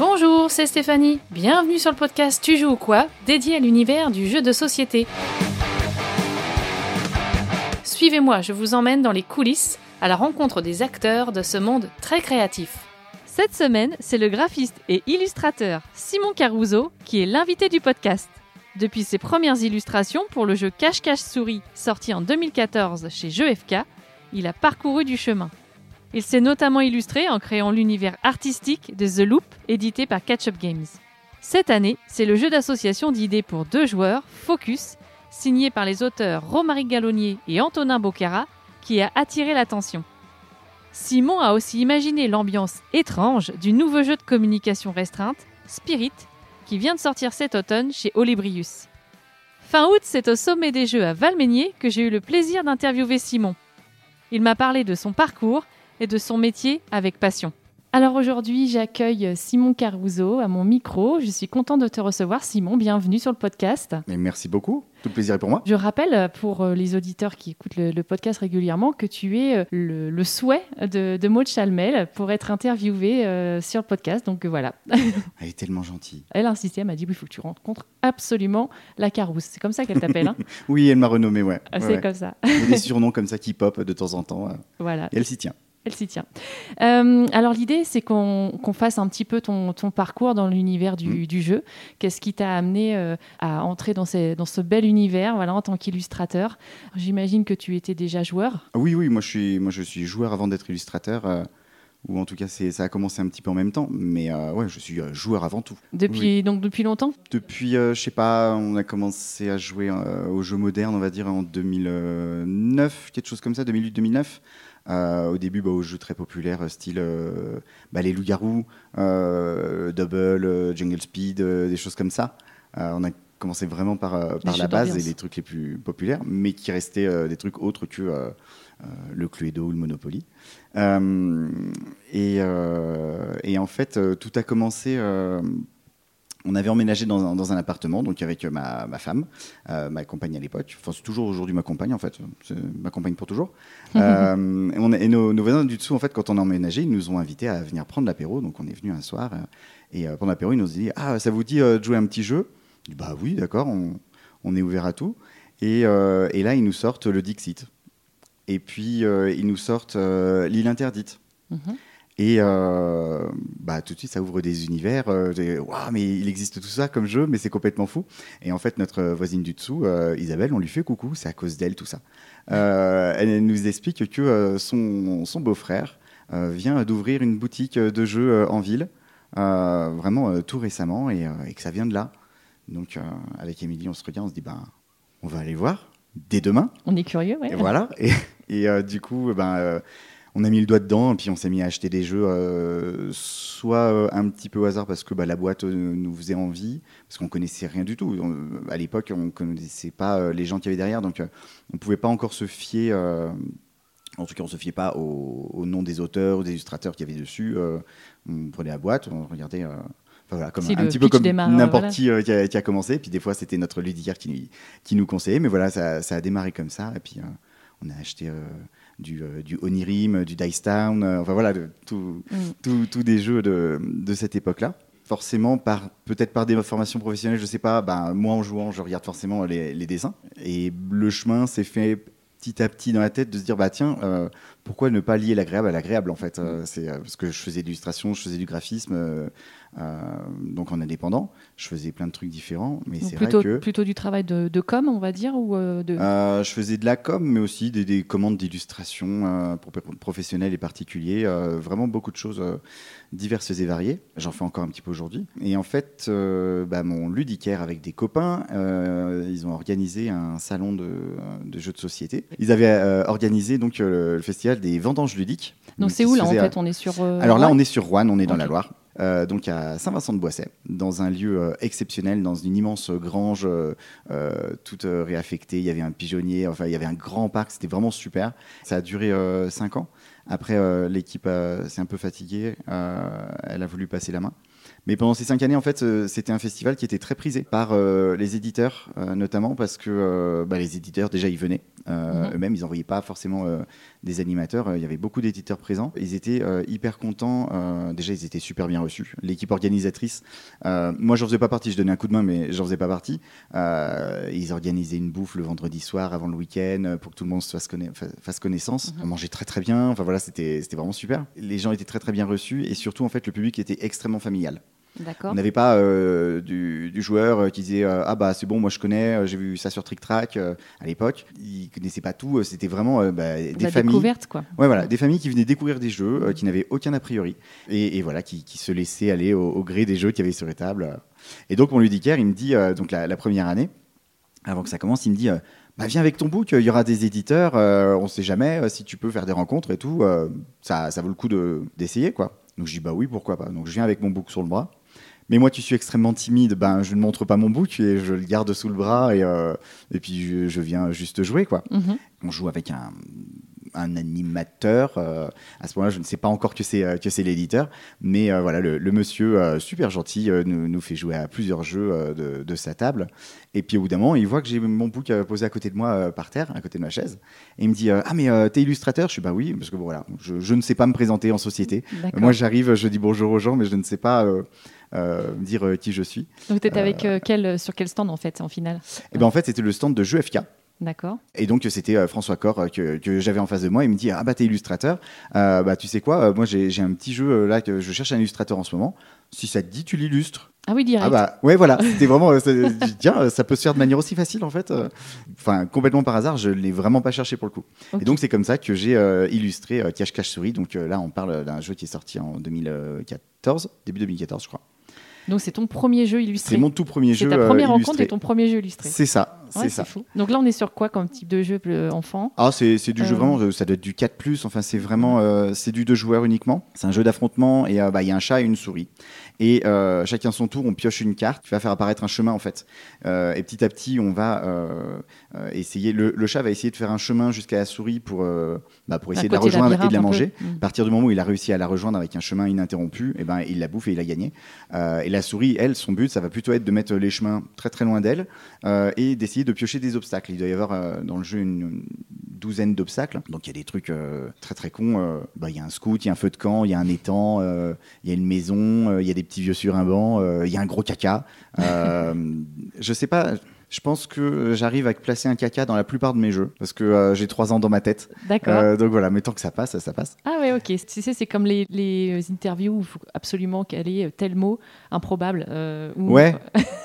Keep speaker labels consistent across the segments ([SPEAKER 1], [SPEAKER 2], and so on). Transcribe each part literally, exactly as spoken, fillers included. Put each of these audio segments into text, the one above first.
[SPEAKER 1] Bonjour, c'est Stéphanie. Bienvenue sur le podcast Tu joues ou quoi, dédié à l'univers du jeu de société. Suivez-moi, je vous emmène dans les coulisses, à la rencontre des acteurs de ce monde très créatif. Cette semaine, c'est le graphiste et illustrateur Simon Caruso qui est l'invité du podcast. Depuis ses premières illustrations pour le jeu Cache-Cache-Souris, sorti en deux mille quatorze chez Jeux F K, il a parcouru du chemin. Il s'est notamment illustré en créant l'univers artistique de The Loop, édité par Catch-Up Games. Cette année, c'est le jeu d'association d'idées pour deux joueurs, Focus, signé par les auteurs Romaric Gallonnier et Antonin Bocara, qui a attiré l'attention. Simon a aussi imaginé l'ambiance étrange du nouveau jeu de communication restreinte, Spirit, qui vient de sortir cet automne chez Olébrius. Fin août, c'est au sommet des jeux à Valménier que j'ai eu le plaisir d'interviewer Simon. Il m'a parlé de son parcours et de son métier avec passion. Alors aujourd'hui, j'accueille Simon Caruso à mon micro. Je suis contente de te recevoir, Simon. Bienvenue sur le podcast.
[SPEAKER 2] Mais merci beaucoup. Tout le plaisir est pour moi.
[SPEAKER 1] Je rappelle pour les auditeurs qui écoutent le, le podcast régulièrement que tu es le, le souhait de, de Maud Chalmel pour être interviewée euh, sur le podcast. Donc voilà.
[SPEAKER 2] Elle est tellement gentille.
[SPEAKER 1] Elle a insisté, elle m'a dit, il faut que tu rencontres absolument la Carousse. C'est comme ça qu'elle t'appelle, hein?
[SPEAKER 2] Oui, elle m'a renommé, ouais.
[SPEAKER 1] Ah, c'est
[SPEAKER 2] ouais, ouais.
[SPEAKER 1] comme ça.
[SPEAKER 2] Il y a des surnoms comme ça qui pop de temps en temps.
[SPEAKER 1] Voilà.
[SPEAKER 2] Et elle s'y tient.
[SPEAKER 1] Elle s'y tient. Euh, alors l'idée, c'est qu'on, qu'on fasse un petit peu ton, ton parcours dans l'univers du, mmh. du jeu. Qu'est-ce qui t'a amené euh, à entrer dans, ces, dans ce bel univers, voilà, en tant qu'illustrateur? J'imagine que tu étais déjà joueur.
[SPEAKER 2] Oui, oui, moi je suis, moi, je suis joueur avant d'être illustrateur. Euh, ou en tout cas, c'est, ça a commencé un petit peu en même temps. Mais euh, ouais, je suis euh, joueur avant tout.
[SPEAKER 1] Depuis,
[SPEAKER 2] oui.
[SPEAKER 1] Donc depuis longtemps?
[SPEAKER 2] Depuis, euh, je sais pas, on a commencé à jouer euh, aux jeux modernes, on va dire, en deux mille neuf, quelque chose comme ça, deux mille huit deux mille neuf. Euh, au début, bah, aux jeux très populaires, style euh, bah, les loups-garous, euh, Double, euh, Jungle Speed, euh, des choses comme ça. Euh, on a commencé vraiment par, euh, par la base et les trucs les plus populaires, mais qui restaient euh, des trucs autres que euh, euh, le Cluedo ou le Monopoly. Euh, et, euh, et en fait, euh, tout a commencé... Euh, On avait emménagé dans un, dans un appartement, donc avec ma, ma femme, euh, ma compagne à l'époque. Enfin, c'est toujours aujourd'hui ma compagne, en fait. C'est ma compagne pour toujours. euh, et on a, et nos, nos voisins du dessous, en fait, quand on a emménagé, ils nous ont invités à venir prendre l'apéro. Donc, on est venu un soir. Euh, et euh, pendant l'apéro, ils nous ont dit « Ah, ça vous dit euh, de jouer un petit jeu ?» Je dis « Bah oui, d'accord, on, on est ouvert à tout. » Et, euh, et là, ils nous sortent le Dixit. Et puis, euh, ils nous sortent euh, l'île interdite. Mm-hmm. Et euh, bah, tout de suite, ça ouvre des univers. Euh, des, Waouh, mais il existe tout ça comme jeu, mais c'est complètement fou. Et en fait, notre voisine du dessous, euh, Isabelle, on lui fait coucou, c'est à cause d'elle, tout ça. Euh, elle, elle nous explique que euh, son, son beau-frère euh, vient d'ouvrir une boutique de jeux euh, en ville, euh, vraiment euh, tout récemment, et, euh, et que ça vient de là. Donc, euh, avec Émilie, on se regarde, on se dit, ben, on va aller voir dès demain.
[SPEAKER 1] On est curieux, ouais.
[SPEAKER 2] Et voilà. Et, et euh, du coup, ben... Euh, on a mis le doigt dedans et puis on s'est mis à acheter des jeux, euh, soit euh, un petit peu au hasard parce que bah, la boîte euh, nous faisait envie, parce qu'on connaissait rien du tout. On, à l'époque, on connaissait pas euh, les gens qui avaient derrière, donc euh, on pouvait pas encore se fier. Euh, en tout cas, on se fiait pas au, au nom des auteurs ou des illustrateurs qui avaient dessus. Euh, on prenait la boîte, on regardait. Euh, Enfin, voilà, comme un, un petit peu comme démarre, n'importe voilà. qui, euh, qui, a, qui a commencé. Et puis des fois, c'était notre ludicaire qui, qui nous conseillait. Mais voilà, ça, ça a démarré comme ça. Et puis euh, on a acheté. Euh, Du, euh, du Onirim, du Dice Town, euh, enfin voilà, de, tout, mm. tout, tout des jeux de, de cette époque-là. Forcément, par, peut-être par des formations professionnelles, je ne sais pas, ben, moi en jouant, je regarde forcément les, les dessins. Et le chemin s'est fait petit à petit dans la tête de se dire, bah tiens, euh, pourquoi ne pas lier l'agréable à l'agréable en fait. euh, c'est, euh, Parce que je faisais de l'illustration, je faisais du graphisme, euh, euh, donc en indépendant, je faisais plein de trucs différents. Mais donc c'est
[SPEAKER 1] plutôt,
[SPEAKER 2] vrai que,
[SPEAKER 1] plutôt du travail de, de com, on va dire ou euh, de...
[SPEAKER 2] euh, Je faisais de la com, mais aussi des, des commandes d'illustration euh, pour professionnels et particuliers. Euh, vraiment beaucoup de choses euh, diverses et variées. J'en fais encore un petit peu aujourd'hui. Et en fait, euh, bah, mon ludicaire avec des copains, euh, ils ont organisé un salon de, de jeux de société. Ils avaient euh, organisé donc, euh, le festival des vendanges ludiques.
[SPEAKER 1] Donc c'est où là en fait à... On est sur euh,
[SPEAKER 2] Alors là
[SPEAKER 1] Rouen
[SPEAKER 2] on est sur Rouen, on est dans
[SPEAKER 1] okay.
[SPEAKER 2] la Loire. Euh, donc à Saint-Vincent-de-Boisset, dans un lieu euh, exceptionnel, dans une immense grange euh, euh, toute euh, réaffectée. Il y avait un pigeonnier, enfin il y avait un grand parc, c'était vraiment super. Ça a duré cinq euh, ans. Après euh, l'équipe euh, s'est un peu fatiguée, euh, elle a voulu passer la main. Mais pendant ces cinq années, en fait, euh, c'était un festival qui était très prisé par euh, les éditeurs, euh, notamment parce que euh, bah, les éditeurs, déjà, ils venaient. Euh, mmh. Eux-mêmes, ils n'envoyaient pas forcément euh, des animateurs. Il y avait beaucoup d'éditeurs présents. Ils étaient euh, hyper contents. Euh, déjà, ils étaient super bien reçus. L'équipe organisatrice, euh, moi, j'en faisais pas partie. Je donnais un coup de main, mais j'en faisais pas partie. Euh, ils organisaient une bouffe le vendredi soir avant le week-end pour que tout le monde se fasse, conna- fasse connaissance. Mmh. On mangeait très, très bien. Enfin, voilà, c'était, c'était vraiment super. Les gens étaient très, très bien reçus. Et surtout, en fait, le public était extrêmement familial.
[SPEAKER 1] D'accord.
[SPEAKER 2] On n'avait pas euh, du, du joueur qui disait euh, ah bah c'est bon, moi je connais, j'ai vu ça sur Trick Track euh, à l'époque. Ils connaissaient pas tout, c'était vraiment euh, bah, des
[SPEAKER 1] La
[SPEAKER 2] familles.
[SPEAKER 1] Découverte quoi.
[SPEAKER 2] Ouais voilà, des familles qui venaient découvrir des jeux, euh, qui n'avaient aucun a priori et, et voilà qui, qui se laissaient aller au, au gré des jeux qu'il y avait sur les tables. Et donc mon ludicaire, il me dit euh, donc la, la première année, avant que ça commence, il me dit euh, bah viens avec ton book, il y aura des éditeurs, euh, on sait jamais euh, si tu peux faire des rencontres et tout, euh, ça, ça vaut le coup de, d'essayer quoi. Donc je dis bah oui pourquoi pas. Donc je viens avec mon book sur le bras. Mais moi, tu suis extrêmement timide, ben, je ne montre pas mon book et je le garde sous le bras et, euh, et puis je, je viens juste jouer, quoi. Mm-hmm. On joue avec un, un animateur. Euh, à ce moment-là, je ne sais pas encore que c'est, euh, que c'est l'éditeur, mais euh, voilà, le, le monsieur euh, super gentil euh, nous, nous fait jouer à plusieurs jeux euh, de, de sa table. Et puis au bout d'un moment, il voit que j'ai mon book euh, posé à côté de moi euh, par terre, à côté de ma chaise, et il me dit euh, ah mais euh, t'es illustrateur? Je suis bah oui, parce que bon, voilà, je, je ne sais pas me présenter en société. Euh, moi, j'arrive, je dis bonjour aux gens, mais je ne sais pas. Euh, Euh, dire euh, qui je suis.
[SPEAKER 1] Donc tu étais euh, avec euh, quel, sur quel stand en fait en finale?
[SPEAKER 2] Et ben en fait c'était le stand de jeux F K.
[SPEAKER 1] D'accord.
[SPEAKER 2] Et donc c'était euh, François Cor euh, que, que j'avais en face de moi. Il me dit ah bah t'es illustrateur. Euh, bah tu sais quoi, euh, moi j'ai, j'ai un petit jeu euh, là que je cherche un illustrateur en ce moment. Si ça te dit tu l'illustres.
[SPEAKER 1] Ah oui, direct.
[SPEAKER 2] Ah bah ouais voilà, c'était vraiment euh, tiens, ça peut se faire de manière aussi facile en fait. Enfin complètement par hasard, je l'ai vraiment pas cherché pour le coup. Okay. Et donc c'est comme ça que j'ai euh, illustré euh, Cache Cache Souris. Donc euh, là on parle d'un jeu qui est sorti en deux mille quatorze, début deux mille quatorze je crois.
[SPEAKER 1] Donc c'est ton premier jeu illustré.
[SPEAKER 2] C'est mon tout premier
[SPEAKER 1] c'est
[SPEAKER 2] jeu.
[SPEAKER 1] C'est ta première
[SPEAKER 2] euh,
[SPEAKER 1] rencontre et ton premier jeu illustré.
[SPEAKER 2] C'est ça, c'est
[SPEAKER 1] ouais,
[SPEAKER 2] ça.
[SPEAKER 1] C'est fou. Donc là on est sur quoi comme type de jeu enfant?
[SPEAKER 2] Ah c'est, c'est du euh... jeu vraiment, ça doit être du quatre plus. Enfin c'est vraiment, euh, c'est du deux joueurs uniquement. C'est un jeu d'affrontement et il euh, bah, y a un chat et une souris. Et euh, chacun son tour, on pioche une carte qui va faire apparaître un chemin en fait. Euh, et petit à petit, on va euh, euh, essayer. Le, le chat va essayer de faire un chemin jusqu'à la souris pour euh, bah, pour essayer de la rejoindre et de la manger. Mmh. À partir du moment où il a réussi à la rejoindre avec un chemin ininterrompu, et ben il la bouffe et il a gagné. Euh, et la souris, elle, son but, ça va plutôt être de mettre les chemins très très loin d'elle euh, et d'essayer de piocher des obstacles. Il doit y avoir euh, dans le jeu une, une douzaine d'obstacles. Donc il y a des trucs euh, très très cons. Euh, bah, il y a un scout, il y a un feu de camp, il y a un étang, euh, il y a une maison, euh, il y a des petits vieux sur un banc, il euh, y a un gros caca. Euh, je sais pas, je pense que j'arrive à placer un caca dans la plupart de mes jeux parce que euh, j'ai trois ans dans ma tête.
[SPEAKER 1] D'accord.
[SPEAKER 2] Euh, donc voilà, mais tant que ça passe, ça passe.
[SPEAKER 1] Ah ouais, ok. Tu sais, c'est comme les, les interviews où il faut absolument caler tel mot improbable. Euh, où...
[SPEAKER 2] Ouais.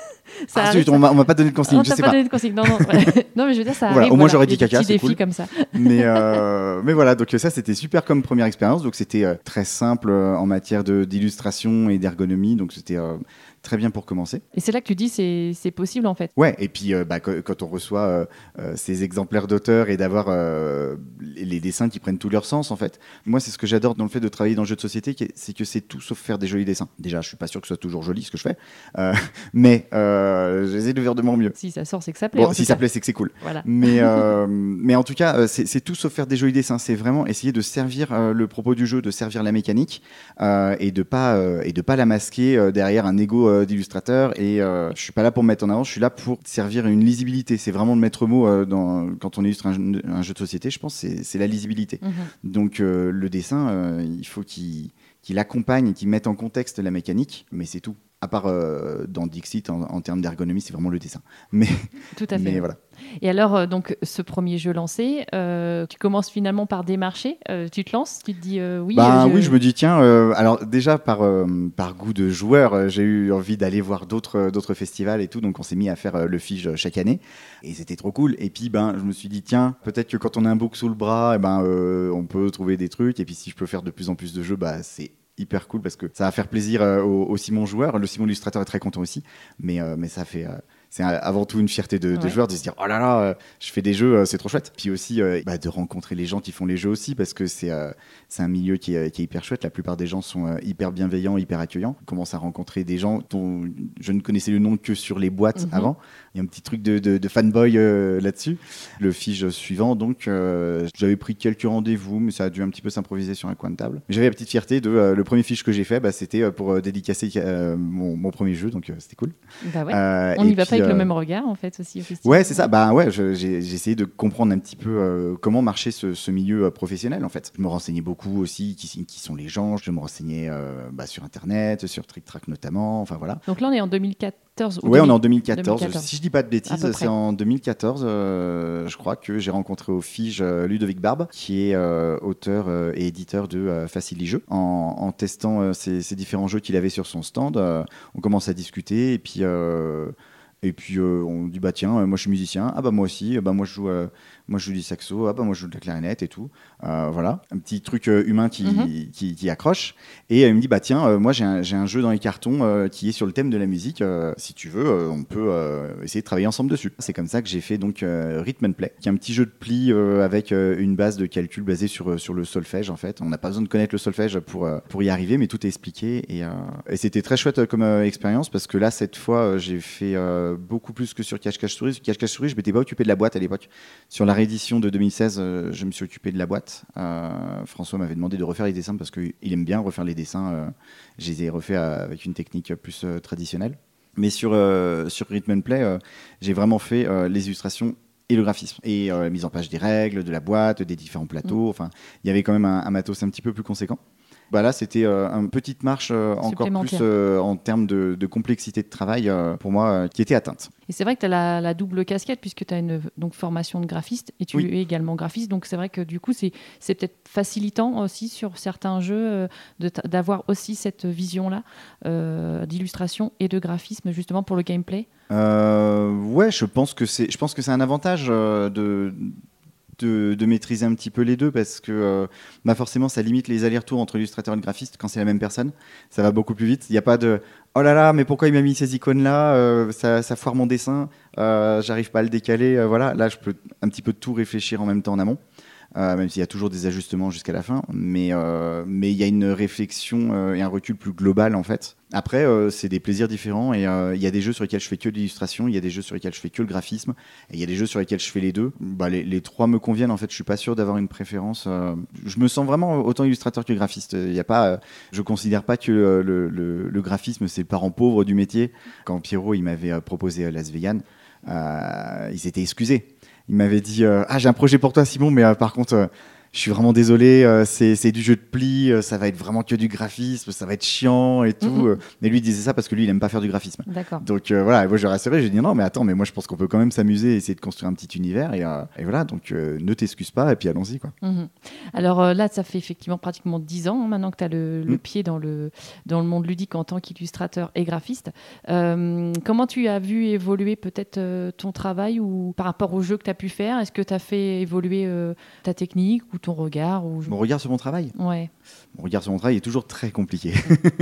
[SPEAKER 1] Ça
[SPEAKER 2] ah,
[SPEAKER 1] arrive,
[SPEAKER 2] on m'a, on m'a pas donné de consigne,
[SPEAKER 1] non,
[SPEAKER 2] je sais
[SPEAKER 1] pas.
[SPEAKER 2] pas.
[SPEAKER 1] Donné de consigne. Non, non, ouais. Non, mais je veux dire, ça
[SPEAKER 2] voilà,
[SPEAKER 1] arrive.
[SPEAKER 2] Au moins,
[SPEAKER 1] voilà.
[SPEAKER 2] j'aurais dit caca, c'est
[SPEAKER 1] défis
[SPEAKER 2] cool.
[SPEAKER 1] Comme ça.
[SPEAKER 2] Mais, euh, mais voilà, donc ça, c'était super comme première expérience. Donc c'était euh, très simple euh, en matière de, d'illustration et d'ergonomie. Donc c'était euh, très bien pour commencer.
[SPEAKER 1] Et c'est là que tu dis c'est c'est possible en fait.
[SPEAKER 2] Ouais, et puis euh, bah, quand, quand on reçoit euh, euh, ces exemplaires d'auteurs et d'avoir euh, les, les dessins qui prennent tout leur sens en fait. Moi, c'est ce que j'adore dans le fait de travailler dans le jeu de société, c'est que c'est tout sauf faire des jolis dessins. Déjà, je suis pas sûr que ce soit toujours joli ce que je fais, euh, mais euh, j'essaie de faire de mon mieux.
[SPEAKER 1] Si ça sort, c'est que ça plaît.
[SPEAKER 2] Bon, si ça plaît, c'est que c'est cool.
[SPEAKER 1] Voilà.
[SPEAKER 2] Mais euh, mais en tout cas, c'est, c'est tout sauf faire des jolis dessins. C'est vraiment essayer de servir euh, le propos du jeu, de servir la mécanique euh, et de pas euh, et de pas la masquer euh, derrière un ego euh, d'illustrateur. Et euh, je suis pas là pour me mettre en avant, je suis là pour servir une lisibilité. C'est vraiment le maître mot euh, dans, quand on illustre un, un jeu de société, je pense, c'est, c'est la lisibilité. Mm-hmm. Donc euh, le dessin, euh, il faut qu'il, qu'il accompagne et qu'il mette en contexte la mécanique, mais c'est tout. À part euh, dans Dixit, en, en termes d'ergonomie, c'est vraiment le dessin. Mais,
[SPEAKER 1] tout à fait.
[SPEAKER 2] Mais voilà.
[SPEAKER 1] Et alors, euh, donc, ce premier jeu lancé, euh, tu commences finalement par démarcher, euh, tu te lances, tu te dis euh, oui.
[SPEAKER 2] Bah,
[SPEAKER 1] je...
[SPEAKER 2] Oui, je me dis tiens, euh, alors déjà par, euh, par goût de joueur, euh, j'ai eu envie d'aller voir d'autres, euh, d'autres festivals et tout, donc on s'est mis à faire euh, le Fige chaque année et c'était trop cool. Et puis ben, je me suis dit tiens, peut-être que quand on a un book sous le bras, eh ben, euh, on peut trouver des trucs et puis si je peux faire de plus en plus de jeux, bah, c'est hyper cool parce que ça va faire plaisir euh, au, au Simon joueur. Le Simon illustrateur est très content aussi, mais, euh, mais ça fait... Euh, c'est avant tout une fierté de, de
[SPEAKER 1] ouais.
[SPEAKER 2] joueur de se dire oh là là, euh, je fais des jeux, euh, c'est trop chouette. Puis aussi euh, bah, de rencontrer les gens qui font les jeux aussi, parce que c'est, euh, c'est un milieu qui est, qui est hyper chouette. La plupart des gens sont euh, hyper bienveillants, hyper accueillants. On commence à rencontrer des gens dont je ne connaissais le nom que sur les boîtes mm-hmm. avant. Il y a un petit truc de, de, de fanboy euh, là-dessus. Le Fige suivant, donc, euh, j'avais pris quelques rendez-vous, mais ça a dû un petit peu s'improviser sur un coin de table. J'avais la petite fierté de euh, le premier Fige que j'ai fait, bah, c'était pour euh, dédicacer euh, mon, mon premier jeu, donc euh, c'était cool.
[SPEAKER 1] Bah ouais.
[SPEAKER 2] euh,
[SPEAKER 1] On n'y va
[SPEAKER 2] puis,
[SPEAKER 1] pas avec
[SPEAKER 2] euh,
[SPEAKER 1] le même regard en fait aussi.
[SPEAKER 2] Ouais, c'est ça. Bah ouais, je, j'ai, j'ai essayé de comprendre un petit peu euh, comment marchait ce, ce milieu euh, professionnel en fait. Je me renseignais beaucoup aussi qui, qui sont les gens. Je me renseignais euh, bah, sur internet, sur Trick Track notamment. Enfin voilà.
[SPEAKER 1] Donc là on est en deux mille quatorze. Ou
[SPEAKER 2] ouais,
[SPEAKER 1] deux mille...
[SPEAKER 2] on est en deux mille quatorze. deux mille quatorze. Si je dis pas de bêtises, c'est en deux mille quatorze. Euh, je crois que j'ai rencontré au Fige euh, Ludovic Barbe, qui est euh, auteur euh, et éditeur de euh, Facili Jeux. En, en testant euh, ces, ces différents jeux qu'il avait sur son stand, euh, on commence à discuter et puis. Euh, Et puis euh, on dit bah tiens, euh, moi je suis musicien, ah bah moi aussi, euh, bah moi je joue, euh, moi je joue du saxo, ah bah moi je joue de la clarinette et tout, euh, voilà, un petit truc euh, humain qui, mm-hmm. qui, qui accroche. Et euh, il me dit bah tiens, euh, moi j'ai un, j'ai un jeu dans les cartons euh, qui est sur le thème de la musique, euh, si tu veux, euh, on peut euh, essayer de travailler ensemble dessus. C'est comme ça que j'ai fait donc euh, Rhythm and Play, qui est un petit jeu de pli euh, avec euh, une base de calcul basée sur sur le solfège en fait. On n'a pas besoin de connaître le solfège pour euh, pour y arriver, mais tout est expliqué et, euh, et c'était très chouette comme euh, expérience parce que là cette fois euh, j'ai fait euh, beaucoup plus que sur Cache Cache Souris. Cache Cache Souris, je m'étais pas occupé de la boîte à l'époque. Sur la réédition de deux mille seize, euh, je me suis occupé de la boîte. Euh, François m'avait demandé de refaire les dessins parce qu'il aime bien refaire les dessins. Euh, je les ai refaits avec une technique plus euh, traditionnelle. Mais sur, euh, sur Rhythm and Play, euh, j'ai vraiment fait euh, les illustrations et le graphisme. Et euh, la mise en page des règles, de la boîte, des différents plateaux. Mmh. Enfin, il y avait quand même un, un matos un petit peu plus conséquent. Bah là, c'était euh, une petite marche euh, encore plus euh, en termes de, de complexité de travail euh, pour moi euh, qui était atteinte.
[SPEAKER 1] Et c'est vrai que tu as la, la double casquette puisque tu as une donc, formation de graphiste et tu oui. es également graphiste. Donc c'est vrai que du coup, c'est, c'est peut-être facilitant aussi sur certains jeux euh, de ta, d'avoir aussi cette vision-là euh, d'illustration et de graphisme justement pour le gameplay.
[SPEAKER 2] Euh, ouais, je pense que c'est, je pense que c'est un avantage euh, de... De, de maîtriser un petit peu les deux parce que euh, bah forcément ça limite les allers-retours entre illustrateur et le graphiste quand c'est la même personne, ça va beaucoup plus vite. Il n'y a pas de oh là là mais pourquoi il m'a mis ces icônes là, euh, ça, ça foire mon dessin, euh, j'arrive pas à le décaler, euh, voilà, là je peux un petit peu tout réfléchir en même temps en amont. Euh, même s'il y a toujours des ajustements jusqu'à la fin, mais euh, mais il y a une réflexion euh, et un recul plus global en fait. Après, euh, c'est des plaisirs différents et il euh, y a des jeux sur lesquels je fais que de l'illustration, il y a des jeux sur lesquels je fais que le graphisme, et il y a des jeux sur lesquels je fais les deux. Bah, les, les trois me conviennent en fait. Je suis pas sûr d'avoir une préférence. Euh, je me sens vraiment autant illustrateur que graphiste. Il y a pas, euh, je considère pas que euh, le, le, le graphisme c'est le parent pauvre du métier. Quand Pierrot il m'avait euh, proposé euh, Las Vegas, euh, ils s'étaient excusés. Il m'avait dit euh, ah j'ai un projet pour toi Simon, mais euh, par contre euh, je suis vraiment désolé, euh, c'est, c'est du jeu de pli, euh, ça va être vraiment que du graphisme, ça va être chiant et tout. Mm-hmm. Mais lui il disait ça parce que lui il aime pas faire du graphisme.
[SPEAKER 1] D'accord.
[SPEAKER 2] Donc euh, voilà, et moi je rassurais, j'ai dit non mais attends, mais moi je pense qu'on peut quand même s'amuser et essayer de construire un petit univers et, euh, et voilà, donc euh, ne t'excuse pas et puis allons-y quoi.
[SPEAKER 1] Mm-hmm. Alors euh, là ça fait effectivement pratiquement dix ans hein, maintenant que tu as le, le mm. pied dans le, dans le monde ludique en tant qu'illustrateur et graphiste. Euh, comment tu as vu évoluer peut-être euh, ton travail ou par rapport au jeu que tu as pu faire? Est-ce que tu as fait évoluer euh, ta technique ou ton regard ou...
[SPEAKER 2] Mon regard sur mon travail.
[SPEAKER 1] Ouais.
[SPEAKER 2] Mon regard sur mon travail est toujours très compliqué.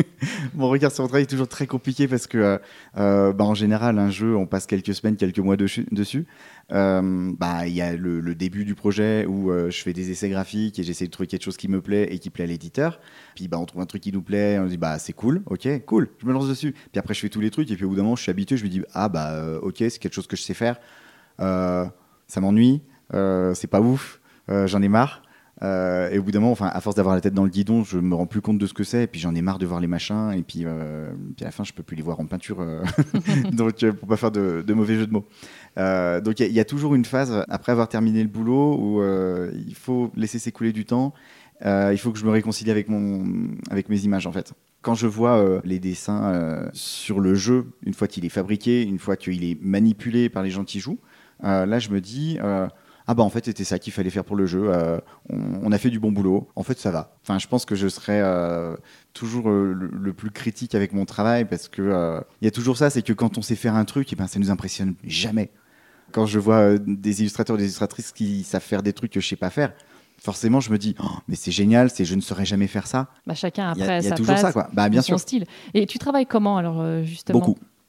[SPEAKER 2] Mon regard sur mon travail est toujours très compliqué parce que, euh, bah, en général, un jeu, on passe quelques semaines, quelques mois dessus. dessus. Euh, bah, il y a le, le début du projet où euh, je fais des essais graphiques et j'essaie de trouver quelque chose qui me plaît et qui plaît à l'éditeur. Puis bah, on trouve un truc qui nous plaît, on dit bah c'est cool, ok, cool, je me lance dessus. Puis après je fais tous les trucs et puis au bout d'un moment je suis habitué, je me dis ah bah euh, ok, c'est quelque chose que je sais faire. Euh, ça m'ennuie, euh, c'est pas ouf, euh, j'en ai marre. Euh, et au bout d'un moment, enfin, à force d'avoir la tête dans le guidon, je me rends plus compte de ce que c'est. Et puis j'en ai marre de voir les machins. Et puis, euh, puis à la fin, je peux plus les voir en peinture. Euh donc, euh, pour pas faire de, de mauvais jeux de mots. Euh, donc, il y, y a toujours une phase après avoir terminé le boulot où euh, il faut laisser s'écouler du temps. Euh, il faut que je me réconcilie avec mon, avec mes images en fait. Quand je vois euh, les dessins euh, sur le jeu, une fois qu'il est fabriqué, une fois qu'il est manipulé par les gens qui jouent, euh, là, je me dis. Euh, Ah bah en fait c'était ça qu'il fallait faire pour le jeu, euh, on, on a fait du bon boulot, en fait ça va. Enfin je pense que je serai euh, toujours euh, le, le plus critique avec mon travail parce que euh, y a toujours ça, c'est que quand on sait faire un truc, et ben, ça nous impressionne jamais. Quand je vois euh, des illustrateurs et des illustratrices qui savent faire des trucs que je sais pas faire, forcément je me dis oh, mais c'est génial, c'est je ne saurais jamais faire ça.
[SPEAKER 1] Bah chacun après
[SPEAKER 2] y a, y a
[SPEAKER 1] sa
[SPEAKER 2] toujours
[SPEAKER 1] patte,
[SPEAKER 2] ça quoi. Bah bien
[SPEAKER 1] son
[SPEAKER 2] sûr.
[SPEAKER 1] Style. Et tu travailles comment alors euh, justement?
[SPEAKER 2] Beaucoup.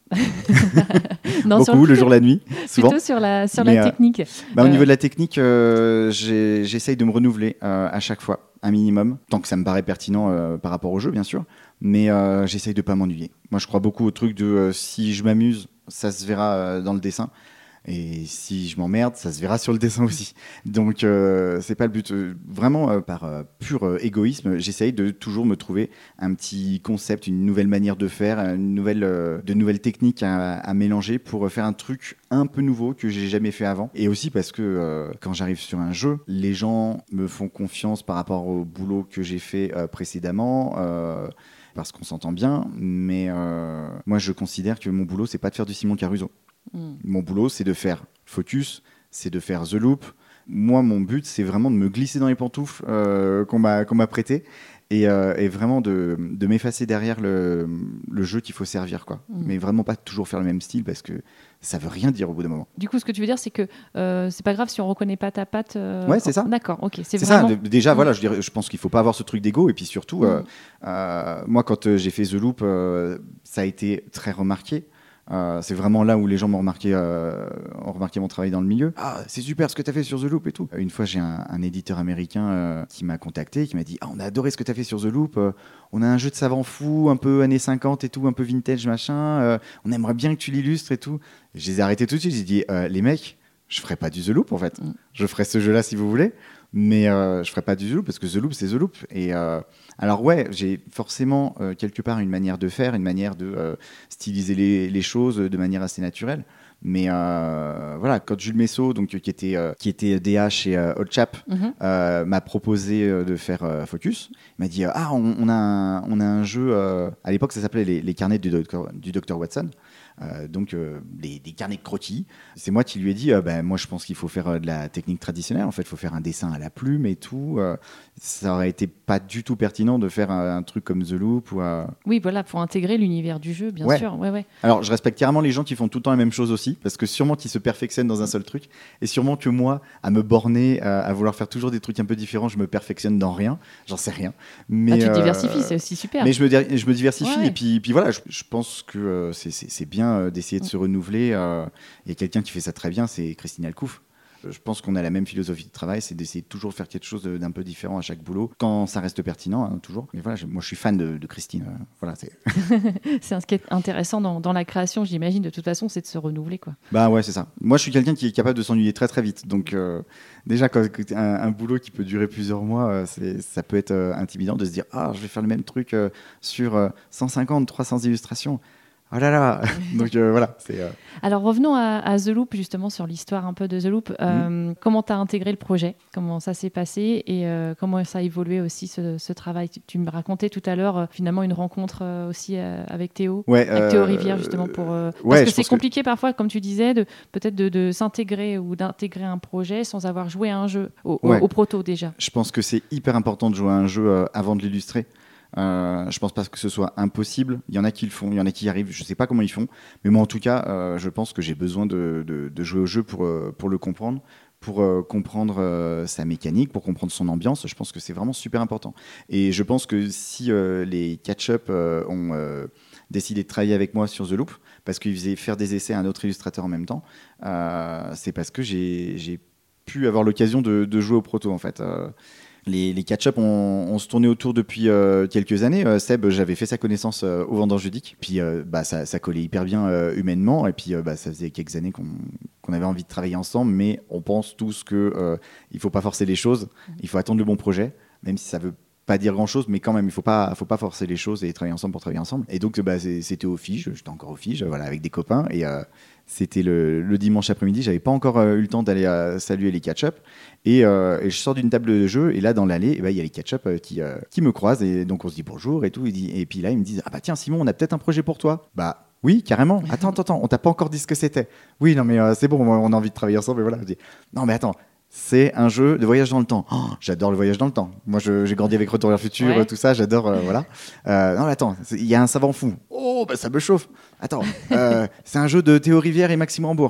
[SPEAKER 1] Non,
[SPEAKER 2] Beaucoup, le, le jour, la nuit, souvent.
[SPEAKER 1] Plutôt sur la, sur la
[SPEAKER 2] euh,
[SPEAKER 1] technique.
[SPEAKER 2] Bah,
[SPEAKER 1] euh...
[SPEAKER 2] Au niveau de la technique, euh, j'ai, j'essaye de me renouveler euh, à chaque fois, un minimum, tant que ça me paraît pertinent euh, par rapport au jeu, bien sûr. Mais euh, j'essaye de ne pas m'ennuyer. Moi, je crois beaucoup au truc de euh, si je m'amuse, ça se verra euh, dans le dessin. Et si je m'emmerde, ça se verra sur le dessin aussi. Donc, euh, c'est pas le but. Vraiment, euh, par euh, pur euh, égoïsme, j'essaye de toujours me trouver un petit concept, une nouvelle manière de faire, une nouvelle, euh, de nouvelles techniques à, à mélanger pour faire un truc un peu nouveau que j'ai jamais fait avant. Et aussi parce que euh, quand j'arrive sur un jeu, les gens me font confiance par rapport au boulot que j'ai fait euh, précédemment. Euh, parce qu'on s'entend bien, mais euh, moi je considère que mon boulot c'est pas de faire du Simon Caruso. Mm. Mon boulot c'est de faire Focus, c'est de faire The Loop. Moi mon but c'est vraiment de me glisser dans les pantoufles euh, qu'on m'a, qu'on m'a prêtées et, euh, et vraiment de, de m'effacer derrière le, le jeu qu'il faut servir, quoi. Mm. Mais vraiment pas toujours faire le même style parce que ça veut rien dire au bout d'un moment.
[SPEAKER 1] Du coup, ce que tu veux dire, c'est que euh, c'est pas grave si on reconnaît pas ta patte. Euh,
[SPEAKER 2] ouais, c'est ça.
[SPEAKER 1] D'accord, ok. C'est,
[SPEAKER 2] c'est
[SPEAKER 1] vraiment...
[SPEAKER 2] ça. Déjà, mmh. voilà, je, dirais, je pense qu'il faut pas avoir ce truc d'ego. Et puis surtout, mmh. euh, euh, moi, quand euh, j'ai fait The Loop, euh, ça a été très remarqué. Euh, c'est vraiment là où les gens m'ont remarqué, euh, ont remarqué mon travail dans le milieu. Ah, c'est super ce que tu as fait sur The Loop et tout. Une fois, j'ai un, un éditeur américain euh, qui m'a contacté, qui m'a dit ah, on a adoré ce que tu as fait sur The Loop. Euh, on a un jeu de savant fou, un peu années cinquante et tout, un peu vintage machin. Euh, on aimerait bien que tu l'illustres et tout. Et je les ai arrêtés tout de suite. J'ai dit euh, les mecs, je ferai pas du The Loop en fait. Mm. Je ferai ce jeu-là si vous voulez, mais euh, je ferai pas du The Loop parce que The Loop c'est The Loop. Et euh, alors ouais, j'ai forcément euh, quelque part une manière de faire, une manière de euh, styliser les, les choses de manière assez naturelle. Mais euh, voilà, quand Jules Messot, donc qui était euh, qui était D A chez euh, Old Chap, mm-hmm. euh, m'a proposé euh, de faire euh, Focus. Il m'a dit euh, ah on, on a un, on a un jeu. Euh, à l'époque, ça s'appelait les, les carnets du docteur du docteur Watson. Euh, donc euh, les, des carnets de croquis. C'est moi qui lui ai dit euh, ben, moi je pense qu'il faut faire euh, de la technique traditionnelle, en fait il faut faire un dessin à la plume et tout. Euh, ça aurait été pas du tout pertinent de faire un, un truc comme The Loop ou euh...
[SPEAKER 1] oui voilà, pour intégrer l'univers du jeu bien
[SPEAKER 2] ouais.
[SPEAKER 1] sûr. Ouais, ouais.
[SPEAKER 2] Alors je respecte carrément les gens qui font tout le temps la même chose aussi, parce que sûrement qu'ils se perfectionnent dans un seul truc, et sûrement que moi à me borner à, à vouloir faire toujours des trucs un peu différents, je me perfectionne dans rien, j'en sais rien. Mais,
[SPEAKER 1] ah, tu te
[SPEAKER 2] euh,
[SPEAKER 1] diversifies, c'est aussi super.
[SPEAKER 2] Mais je me, je me diversifie ouais, ouais. et puis, puis voilà, je, je pense que euh, c'est, c'est, c'est bien euh, d'essayer de se renouveler. Euh, il y a quelqu'un qui fait ça très bien, c'est Christine Alcouf. Je pense qu'on a la même philosophie de travail, c'est d'essayer de toujours faire quelque chose d'un peu différent à chaque boulot, quand ça reste pertinent, hein, toujours. Mais voilà, je, moi je suis fan de, de Christine. Euh, voilà, c'est
[SPEAKER 1] c'est un, ce qui est intéressant dans, dans la création, j'imagine, de toute façon, c'est de se renouveler, quoi.
[SPEAKER 2] Bah ouais, c'est ça. Moi je suis quelqu'un qui est capable de s'ennuyer très très vite. Donc euh, déjà, quand, un, un boulot qui peut durer plusieurs mois, euh, c'est, ça peut être euh, intimidant de se dire ah, je vais faire le même truc euh, sur euh, cent cinquante, trois cents illustrations. Oh là là. Donc euh, voilà. C'est, euh...
[SPEAKER 1] Alors revenons à, à The Loop, justement, sur l'histoire un peu de The Loop. Euh, mmh. Comment tu as intégré le projet ? Comment ça s'est passé ? Et euh, comment ça a évolué aussi, ce, ce travail ? tu, tu me racontais tout à l'heure, euh, finalement, une rencontre euh, aussi euh, avec Théo,
[SPEAKER 2] ouais,
[SPEAKER 1] avec
[SPEAKER 2] euh,
[SPEAKER 1] Théo Rivière, justement, pour... Euh,
[SPEAKER 2] ouais,
[SPEAKER 1] parce que c'est compliqué que... parfois, comme tu disais, de, peut-être de, de s'intégrer ou d'intégrer un projet sans avoir joué à un jeu, au, ouais. au, au proto déjà.
[SPEAKER 2] Je pense que c'est hyper important de jouer à un jeu euh, avant de l'illustrer. Euh, je pense pas que ce soit impossible. Il y en a qui le font, il y en a qui y arrivent. Je sais pas comment ils font, mais moi en tout cas, euh, je pense que j'ai besoin de, de, de jouer au jeu pour euh, pour le comprendre, pour euh, comprendre euh, sa mécanique, pour comprendre son ambiance. Je pense que c'est vraiment super important. Et je pense que si euh, les catch-up euh, ont euh, décidé de travailler avec moi sur The Loop, parce qu'ils faisaient faire des essais à un autre illustrateur en même temps, euh, c'est parce que j'ai j'ai pu avoir l'occasion de, de jouer au proto en fait. Euh, Les, les catch-up ont, ont se tourné autour depuis euh, quelques années. Euh, Seb, j'avais fait sa connaissance euh, au Vendange Ludique. Puis euh, bah, ça, ça collait hyper bien euh, humainement. Et puis euh, bah, ça faisait quelques années qu'on, qu'on avait envie de travailler ensemble. Mais on pense tous qu'il euh, ne faut pas forcer les choses. Il faut attendre le bon projet, même si ça veut pas dire grand-chose. Mais quand même, il ne faut pas, faut pas forcer les choses et travailler ensemble pour travailler ensemble. Et donc, bah, c'était au Fige. J'étais encore au Fige, voilà, avec des copains. Et euh, c'était le, le dimanche après-midi. J'avais pas encore euh, eu le temps d'aller euh, saluer les catch-up. Et, euh, et je sors d'une table de jeu. Et là, dans l'allée, il bah, y a les catch-up euh, qui, euh, qui me croisent. Et donc, on se dit bonjour et tout. Et, dit, et puis là, ils me disent ah bah tiens, Simon, on a peut-être un projet pour toi. Bah oui, carrément. Attends, attends, attends. On t'a pas encore dit ce que c'était. Oui, non, mais euh, c'est bon. On a envie de travailler ensemble. Et voilà. Je dis non, mais attends. C'est un jeu de voyage dans le temps. Oh, j'adore le voyage dans le temps. Moi, je, j'ai grandi avec Retour vers le futur, ouais. tout ça. J'adore. Euh, voilà. Euh, non, mais attends, il y a un savant fou. Oh, bah ça me chauffe. Attends, euh, c'est un jeu de Théo Rivière et Maxime Rambourg.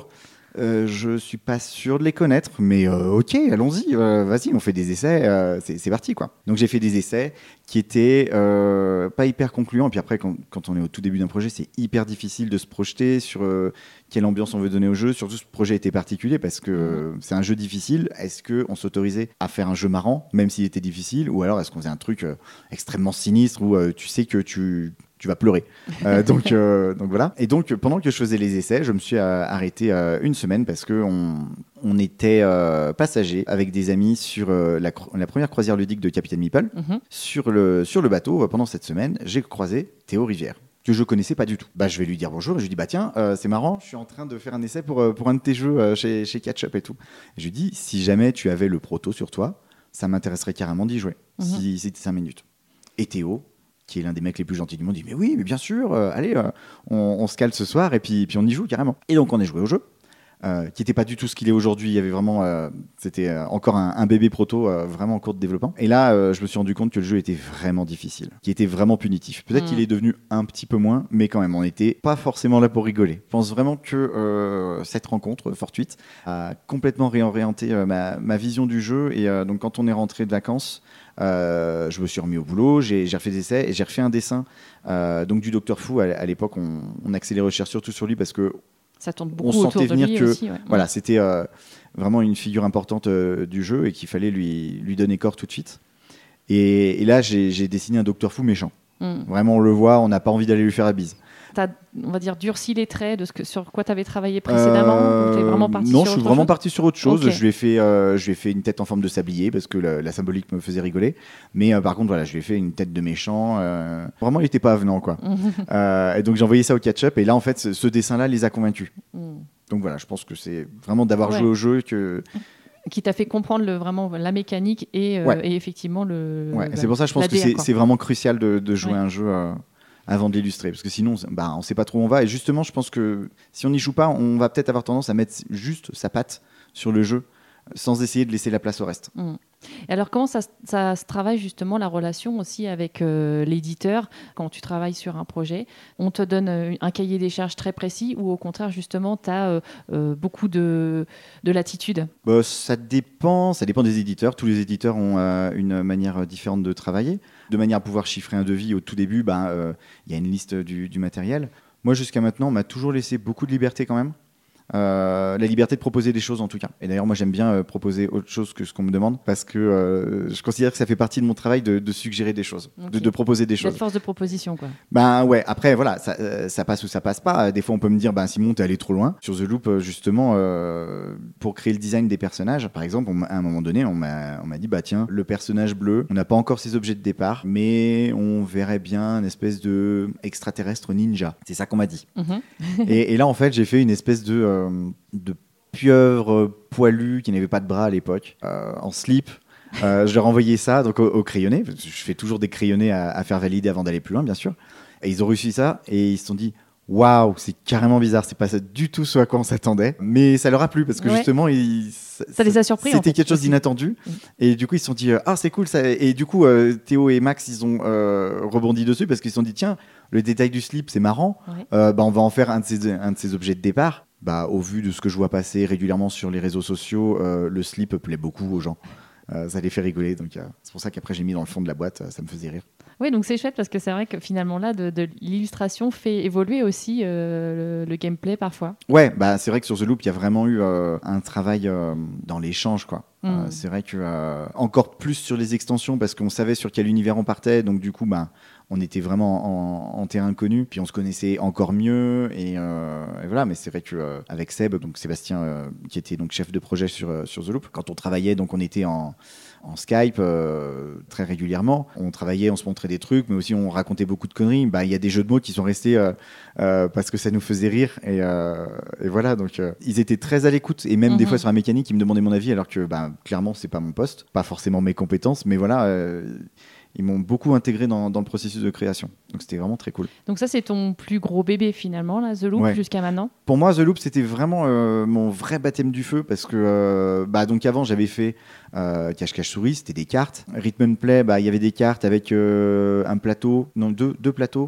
[SPEAKER 2] Euh, je suis pas sûr de les connaître, mais euh, ok, allons-y, euh, vas-y, on fait des essais, euh, c'est, c'est parti quoi. Donc j'ai fait des essais qui étaient euh, pas hyper concluants, et puis après quand, quand on est au tout début d'un projet, c'est hyper difficile de se projeter sur euh, quelle ambiance on veut donner au jeu, surtout ce projet était particulier parce que euh, c'est un jeu difficile, est-ce qu'on s'autorisait à faire un jeu marrant, même s'il était difficile, ou alors est-ce qu'on faisait un truc euh, extrêmement sinistre où euh, tu sais que tu... tu vas pleurer. Euh, donc, euh, donc voilà. Et donc, pendant que je faisais les essais, je me suis euh, arrêté euh, une semaine parce qu'on on était euh, passagers avec des amis sur euh, la, la première croisière ludique de Capitaine Meeple. Mm-hmm. Sur le, sur le bateau, pendant cette semaine, j'ai croisé Théo Rivière, que je connaissais pas du tout. Bah, je vais lui dire bonjour et je lui dis bah tiens, euh, c'est marrant, je suis en train de faire un essai pour, euh, pour un de tes jeux euh, chez, chez Catch-Up et tout. Et je lui dis si jamais tu avais le proto sur toi, ça m'intéresserait carrément d'y jouer, mm-hmm. si c'était cinq minutes. Et Théo, qui est l'un des mecs les plus gentils du monde, dit mais oui, mais bien sûr, euh, allez, euh, on, on se cale ce soir et puis, puis on y joue carrément. Et donc on a joué au jeu, euh, qui n'était pas du tout ce qu'il est aujourd'hui. Il y avait vraiment, euh, c'était euh, encore un, un bébé proto, euh, vraiment en cours de développement. Et là, euh, je me suis rendu compte que le jeu était vraiment difficile, qui était vraiment punitif. Peut-être mmh. qu'il est devenu un petit peu moins, mais quand même, on n'était pas forcément là pour rigoler. Je pense vraiment que euh, cette rencontre fortuite a complètement réorienté euh, ma, ma vision du jeu. Et euh, donc quand on est rentré de vacances, Euh, je me suis remis au boulot, j'ai, j'ai refait des essais et j'ai refait un dessin euh, donc du Docteur Fou. À, à l'époque, on, on axait les recherches surtout sur lui parce que
[SPEAKER 1] ça tourne beaucoup
[SPEAKER 2] on sentait
[SPEAKER 1] autour
[SPEAKER 2] venir
[SPEAKER 1] de lui
[SPEAKER 2] que
[SPEAKER 1] aussi, ouais.
[SPEAKER 2] voilà, c'était euh, vraiment une figure importante euh, du jeu et qu'il fallait lui, lui donner corps tout de suite. Et, et là, j'ai, j'ai dessiné un Docteur Fou méchant. Mm. Vraiment, on le voit, on n'a pas envie d'aller lui faire la bise.
[SPEAKER 1] T'as, on va dire, durci les traits de ce que, sur quoi tu avais travaillé précédemment euh, ou t'es vraiment parti
[SPEAKER 2] Non,
[SPEAKER 1] sur
[SPEAKER 2] je suis
[SPEAKER 1] autre
[SPEAKER 2] vraiment
[SPEAKER 1] chose
[SPEAKER 2] parti sur autre chose.
[SPEAKER 1] Okay.
[SPEAKER 2] Je, lui ai fait, euh, je lui ai fait une tête en forme de sablier parce que la, la symbolique me faisait rigoler. Mais euh, par contre, voilà, je lui ai fait une tête de méchant. Euh, vraiment, il n'était pas avenant, quoi. euh, et donc, j'ai envoyé ça au Catch-Up. Et là, en fait, ce, ce dessin-là les a convaincus. Mm. Donc voilà, je pense que c'est vraiment d'avoir ouais. joué au jeu que...
[SPEAKER 1] qui t'a fait comprendre le, vraiment la mécanique et, euh, ouais. et effectivement le...
[SPEAKER 2] Ouais,
[SPEAKER 1] bah,
[SPEAKER 2] c'est pour ça que je pense que c'est, c'est vraiment crucial de, de jouer ouais. un jeu... Euh, avant de l'illustrer, parce que sinon, bah, on ne sait pas trop où on va. Et justement, je pense que si on n'y joue pas, on va peut-être avoir tendance à mettre juste sa patte sur le jeu, sans essayer de laisser la place au reste.
[SPEAKER 1] Mmh. Et alors, comment ça, ça se travaille justement la relation aussi avec euh, l'éditeur quand tu travailles sur un projet? On te donne un cahier des charges très précis ou au contraire, justement, tu as euh, euh, beaucoup de, de latitude?
[SPEAKER 2] Bah, ça dépend, ça dépend des éditeurs. Tous les éditeurs ont euh, une manière différente de travailler. De manière à pouvoir chiffrer un devis au tout début, il bah, euh, y a une liste du, du matériel. Moi, jusqu'à maintenant, on m'a toujours laissé beaucoup de liberté quand même. Euh, la liberté de proposer des choses en tout cas. Et d'ailleurs moi j'aime bien euh, proposer autre chose que ce qu'on me demande parce que euh, je considère que ça fait partie de mon travail de, de suggérer des choses, okay. de, de proposer des choses.
[SPEAKER 1] Cette force de proposition quoi.
[SPEAKER 2] Ben ouais, après voilà, ça, euh, ça passe ou ça passe pas. Des fois on peut me dire ben Simon t'es allé trop loin. Sur The Loop justement euh, pour créer le design des personnages, par exemple on, à un moment donné on m'a, on m'a dit bah tiens le personnage bleu, on n'a pas encore ses objets de départ mais on verrait bien une espèce de extraterrestre ninja. C'est ça qu'on m'a dit. Mm-hmm. et, et là en fait j'ai fait une espèce de euh, de pieuvre poilu qui n'avait pas de bras à l'époque, euh, en slip. Euh, je leur ai envoyé ça donc, au, au crayonné. Je fais toujours des crayonnés à, à faire valider avant d'aller plus loin, bien sûr. Et ils ont reçu ça et ils se sont dit waouh, c'est carrément bizarre, c'est pas ça du tout ce à quoi on s'attendait. Mais ça leur a plu parce que ouais. justement, ils,
[SPEAKER 1] ça, ça les a surpris.
[SPEAKER 2] C'était
[SPEAKER 1] en fait,
[SPEAKER 2] quelque chose
[SPEAKER 1] aussi.
[SPEAKER 2] d'inattendu. Mmh. Et du coup, ils se sont dit ah, c'est cool ça. Et du coup, euh, Théo et Max, ils ont euh, rebondi dessus parce qu'ils se sont dit tiens, le détail du slip, c'est marrant. Ouais. Euh, bah, on va en faire un de ces, un de ces objets de départ. Bah, au vu de ce que je vois passer régulièrement sur les réseaux sociaux, euh, le slip plaît beaucoup aux gens. Euh, ça les fait rigoler. Donc, euh, c'est pour ça qu'après, j'ai mis dans le fond de la boîte. Ça me faisait rire.
[SPEAKER 1] Oui, donc c'est chouette parce que c'est vrai que finalement, là, de, de l'illustration fait évoluer aussi euh, le, le gameplay parfois.
[SPEAKER 2] Ouais, bah, c'est vrai que sur The Loop, il y a vraiment eu euh, un travail euh, dans l'échange, quoi. Mm. Euh, c'est vrai que euh, encore plus sur les extensions parce qu'on savait sur quel univers on partait. Donc, du coup, bah, on était vraiment en, en terrain connu, puis on se connaissait encore mieux, et, euh, et voilà. Mais c'est vrai que euh, avec Seb, donc Sébastien, euh, qui était donc chef de projet sur euh, sur The Loop, quand on travaillait, donc on était en en Skype euh, très régulièrement. On travaillait, on se montrait des trucs, mais aussi on racontait beaucoup de conneries. Bah, il y a des jeux de mots qui sont restés euh, euh, parce que ça nous faisait rire, et, euh, et voilà. Donc euh, ils étaient très à l'écoute, et même mm-hmm. des fois sur la mécanique, ils me demandaient mon avis, alors que bah, clairement c'est pas mon poste, pas forcément mes compétences, mais voilà. Euh, Ils m'ont beaucoup intégré dans, dans le processus de création. Donc, c'était vraiment très cool.
[SPEAKER 1] Donc ça, c'est ton plus gros bébé, finalement, là, The Loop, ouais. jusqu'à maintenant?
[SPEAKER 2] Pour moi, The Loop, c'était vraiment euh, mon vrai baptême du feu parce que, euh, bah, donc avant, j'avais fait euh, Cache-Cache-Souris, c'était des cartes. Rhythm and Play, bah, il y avait des cartes avec euh, un plateau, non, deux, deux plateaux.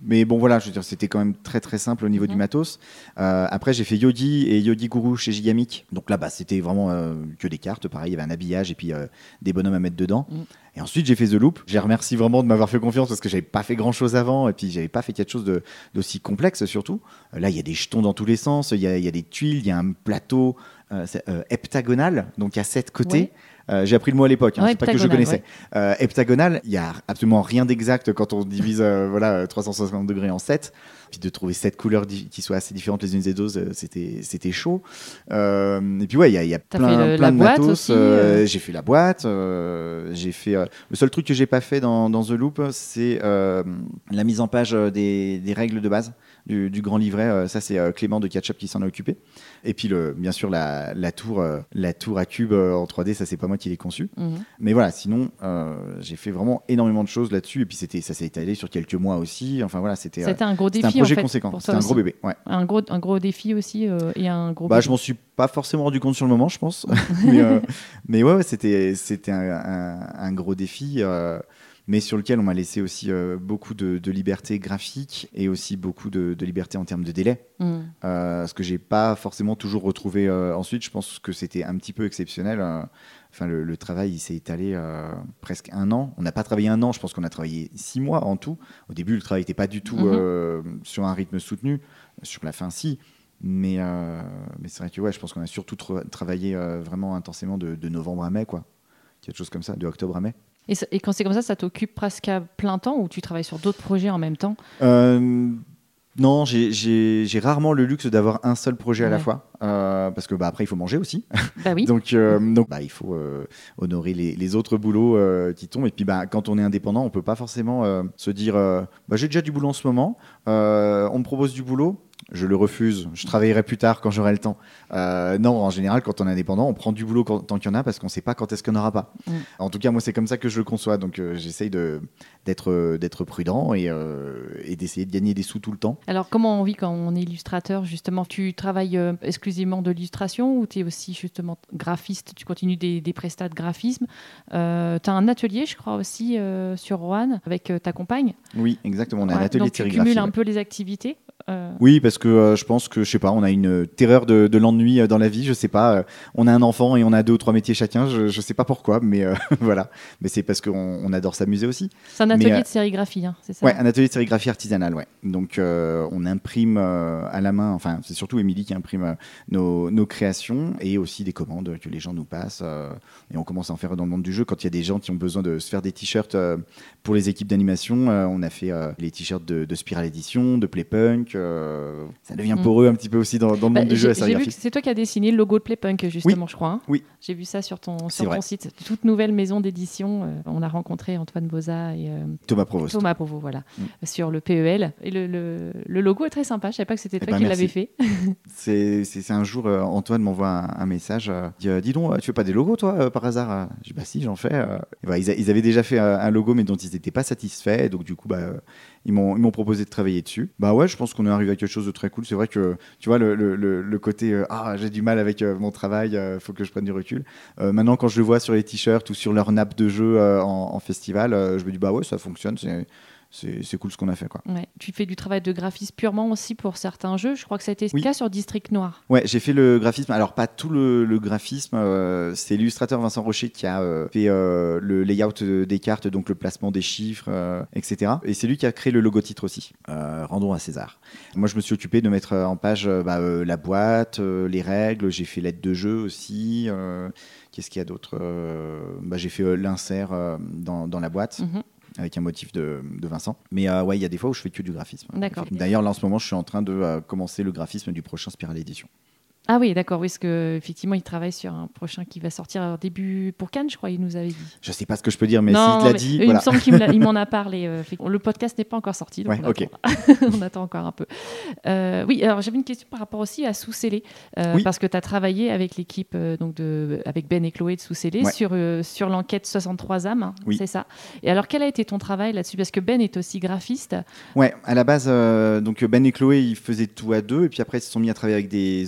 [SPEAKER 2] Mais bon, voilà, je veux dire, c'était quand même très très simple au niveau mmh. du matos. Euh, après, j'ai fait Yodi et Yodi Guru chez Gigamic. Donc là, bah, c'était vraiment euh, que des cartes. Pareil, il y avait un habillage et puis euh, des bonhommes à mettre dedans. Mmh. Et ensuite, j'ai fait The Loop. Je les remercie vraiment de m'avoir fait confiance parce que j'avais pas fait grand chose avant et puis j'avais pas fait quelque chose de, d'aussi complexe surtout. Euh, là, il y a des jetons dans tous les sens, il y a, il y a des tuiles, il y a un plateau euh, euh, heptagonal, donc à sept côtés. Ouais. Euh, j'ai appris le mot à l'époque, hein, ouais, c'est pas que je connaissais. Ouais. Euh, heptagonal, il y a absolument rien d'exact quand on divise euh, voilà, trois cent soixante degrés en sept. Puis de trouver sept couleurs di- qui soient assez différentes les unes des autres, c'était, c'était chaud. Euh, et puis ouais, il y a, y a plein,
[SPEAKER 1] le,
[SPEAKER 2] plein de matos.
[SPEAKER 1] Aussi,
[SPEAKER 2] euh,
[SPEAKER 1] euh...
[SPEAKER 2] J'ai fait la boîte. Euh, j'ai fait, euh, le seul truc que j'ai pas fait dans, dans The Loop, c'est euh, la mise en page des, des règles de base du, du grand livret. Euh, ça, c'est euh, Clément de Catch-Up qui s'en a occupé. Et puis le, bien sûr la, la, tour, euh, la tour à cube euh, en trois D, ça c'est pas moi qui l'ai conçu. Mmh. Mais voilà, sinon euh, j'ai fait vraiment énormément de choses là-dessus. Et puis c'était, ça s'est étalé sur quelques mois aussi. Enfin voilà, c'était,
[SPEAKER 1] c'était un gros
[SPEAKER 2] c'était
[SPEAKER 1] défi.
[SPEAKER 2] Un projet
[SPEAKER 1] en fait,
[SPEAKER 2] conséquent. C'était un gros bébé. Ouais.
[SPEAKER 1] Un gros, un gros défi aussi euh, et un gros.
[SPEAKER 2] Bah, je m'en suis pas forcément rendu compte sur le moment, je pense. mais, euh, mais ouais, ouais, c'était, c'était un, un, un gros défi. Euh, mais sur lequel on m'a laissé aussi euh, beaucoup de, de liberté graphique et aussi beaucoup de, de liberté en termes de délai. Mm. Euh, ce que j'ai pas forcément toujours retrouvé euh, ensuite. Je pense que c'était un petit peu exceptionnel. Euh, enfin, le, le travail, il s'est étalé euh, presque un an. On n'a pas travaillé un an, je pense qu'on a travaillé six mois en tout. Au début, le travail n'était pas du tout mm-hmm. euh, sur un rythme soutenu. Sur la fin, si. Mais, euh, mais c'est vrai que ouais, je pense qu'on a surtout tra- travaillé euh, vraiment intensément de, de novembre à mai, quoi. Quelque chose comme ça, de octobre à mai.
[SPEAKER 1] Et, et quand c'est comme ça, ça t'occupe presque à plein temps ou tu travailles sur d'autres projets en même temps ?
[SPEAKER 2] euh, Non, j'ai, j'ai, j'ai rarement le luxe d'avoir un seul projet ouais. à la fois. Euh, parce que bah, après, il faut manger aussi.
[SPEAKER 1] Bah oui.
[SPEAKER 2] donc, euh, donc bah, il faut euh, honorer les, les autres boulots euh, qui tombent. Et puis, bah, quand on est indépendant, on ne peut pas forcément euh, se dire euh, bah, j'ai déjà du boulot en ce moment, euh, on me propose du boulot. Je le refuse, je travaillerai plus tard quand j'aurai le temps. Euh, non, en général, quand on est indépendant, on prend du boulot quand, tant qu'il y en a parce qu'on ne sait pas quand est-ce qu'on n'aura pas. Mm. En tout cas, moi, c'est comme ça que je le conçois. Donc, euh, j'essaye de, d'être, d'être prudent et, euh, et d'essayer de gagner des sous tout le temps.
[SPEAKER 1] Alors, comment on vit quand on est illustrateur, justement ? Tu travailles euh, exclusivement de l'illustration ou tu es aussi justement graphiste ? Tu continues des, des prestats de graphisme. euh, Tu as un atelier, je crois, aussi euh, sur Roanne avec euh, ta compagne.
[SPEAKER 2] Oui, exactement. On a
[SPEAKER 1] ouais,
[SPEAKER 2] un atelier
[SPEAKER 1] donc
[SPEAKER 2] de sérigraphie.
[SPEAKER 1] Tu cumules
[SPEAKER 2] ouais.
[SPEAKER 1] un peu les activités. Euh...
[SPEAKER 2] Oui, parce que euh, je pense que, je sais pas, on a une terreur de, de l'ennui euh, dans la vie, je sais pas, euh, on a un enfant et on a deux ou trois métiers chacun, je, je sais pas pourquoi, mais euh, voilà, mais c'est parce qu'on on adore s'amuser aussi.
[SPEAKER 1] C'est un atelier
[SPEAKER 2] mais,
[SPEAKER 1] euh, de sérigraphie, hein, c'est ça ?
[SPEAKER 2] Ouais, un atelier de sérigraphie artisanale, ouais. Donc euh, on imprime euh, à la main, enfin c'est surtout Émilie qui imprime euh, nos, nos créations et aussi des commandes que les gens nous passent euh, et on commence à en faire dans le monde du jeu. Quand il y a des gens qui ont besoin de se faire des t-shirts euh, pour les équipes d'animation, euh, on a fait euh, les t-shirts de, de Spiral Edition, de Playpunk, euh, ça devient mmh. poreux un petit peu aussi dans, dans le
[SPEAKER 1] bah,
[SPEAKER 2] monde du jeu à
[SPEAKER 1] sérigraphie. J'ai vu que c'est toi qui as dessiné le logo de Playpunk, justement,
[SPEAKER 2] oui.
[SPEAKER 1] je crois. Hein.
[SPEAKER 2] Oui.
[SPEAKER 1] J'ai vu ça sur ton, sur ton site. Toute nouvelle maison d'édition. Euh, on a rencontré Antoine Boza et euh,
[SPEAKER 2] Thomas Provost.
[SPEAKER 1] Thomas Provost, voilà, mmh. sur le P E L. Et le, le, le logo est très sympa. Je ne savais pas que c'était toi
[SPEAKER 2] eh ben,
[SPEAKER 1] qui
[SPEAKER 2] merci.
[SPEAKER 1] l'avais fait.
[SPEAKER 2] c'est, c'est, c'est un jour, euh, Antoine m'envoie un, un message. Euh, dit, euh, dis donc, tu fais pas des logos, toi, euh, par hasard ? Je dis, bah si, j'en fais. Euh. Bah, ils, a, ils avaient déjà fait euh, un logo, mais dont ils n'étaient pas satisfaits. Donc, du coup, bah, euh, ils, m'ont, ils m'ont proposé de travailler dessus. Bah ouais, je pense qu'on est arrivé à quelque chose de très cool. C'est vrai que, tu vois, le, le, le côté euh, ah, j'ai du mal avec euh, mon travail, il euh, faut que je prenne du recul. Euh, maintenant, quand je le vois sur les t-shirts ou sur leur nappe de jeu euh, en, en festival, euh, je me dis, bah ouais, ça fonctionne. C'est, c'est, c'est cool ce qu'on a fait, quoi.
[SPEAKER 1] Ouais. Tu fais du travail de graphiste purement aussi pour certains jeux. Je crois que ça a été
[SPEAKER 2] oui.
[SPEAKER 1] le cas sur District Noir.
[SPEAKER 2] Ouais, j'ai fait le graphisme. Alors, pas tout le, le graphisme. Euh, c'est l'illustrateur Vincent Rocher qui a euh, fait euh, le layout des cartes, donc le placement des chiffres, euh, et cetera. Et c'est lui qui a créé le logo-titre aussi. Euh, rendons à César. Moi, je me suis occupé de mettre en page euh, bah, euh, la boîte, euh, les règles. J'ai fait l'aide de jeu aussi. Euh, qu'est-ce qu'il y a d'autre ? euh, bah, J'ai fait euh, l'insert euh, dans, dans la boîte. Mm-hmm. Avec un motif de, de Vincent. Mais euh, ouais, il y a des fois où je fais que du graphisme.
[SPEAKER 1] D'accord.
[SPEAKER 2] D'ailleurs, là, en ce moment, je suis en train de euh, commencer le graphisme du prochain Spiral Edition.
[SPEAKER 1] Ah oui, d'accord, oui, parce qu'effectivement, il travaille sur un prochain qui va sortir début pour Cannes, je crois, il nous avait dit.
[SPEAKER 2] Je sais pas ce que je peux dire, mais
[SPEAKER 1] non,
[SPEAKER 2] s'il te l'a
[SPEAKER 1] mais
[SPEAKER 2] dit,
[SPEAKER 1] il
[SPEAKER 2] voilà.
[SPEAKER 1] me semble qu'il me il m'en a parlé. Euh, le podcast n'est pas encore sorti, donc
[SPEAKER 2] ouais,
[SPEAKER 1] on,
[SPEAKER 2] okay.
[SPEAKER 1] attend. on attend encore un peu. Euh, oui, alors j'avais une question par rapport aussi à Sous-Scellé, euh, oui. parce que tu as travaillé avec l'équipe, euh, donc de, avec Ben et Chloé de Sous-Scellé ouais. sur, euh, sur l'enquête soixante-trois âmes, hein,
[SPEAKER 2] oui.
[SPEAKER 1] c'est ça. Et alors, quel a été ton travail là-dessus ? Parce que Ben est aussi graphiste.
[SPEAKER 2] Ouais, à la base, euh, donc Ben et Chloé, ils faisaient tout à deux, et puis après, ils se sont mis à travailler avec des auteurs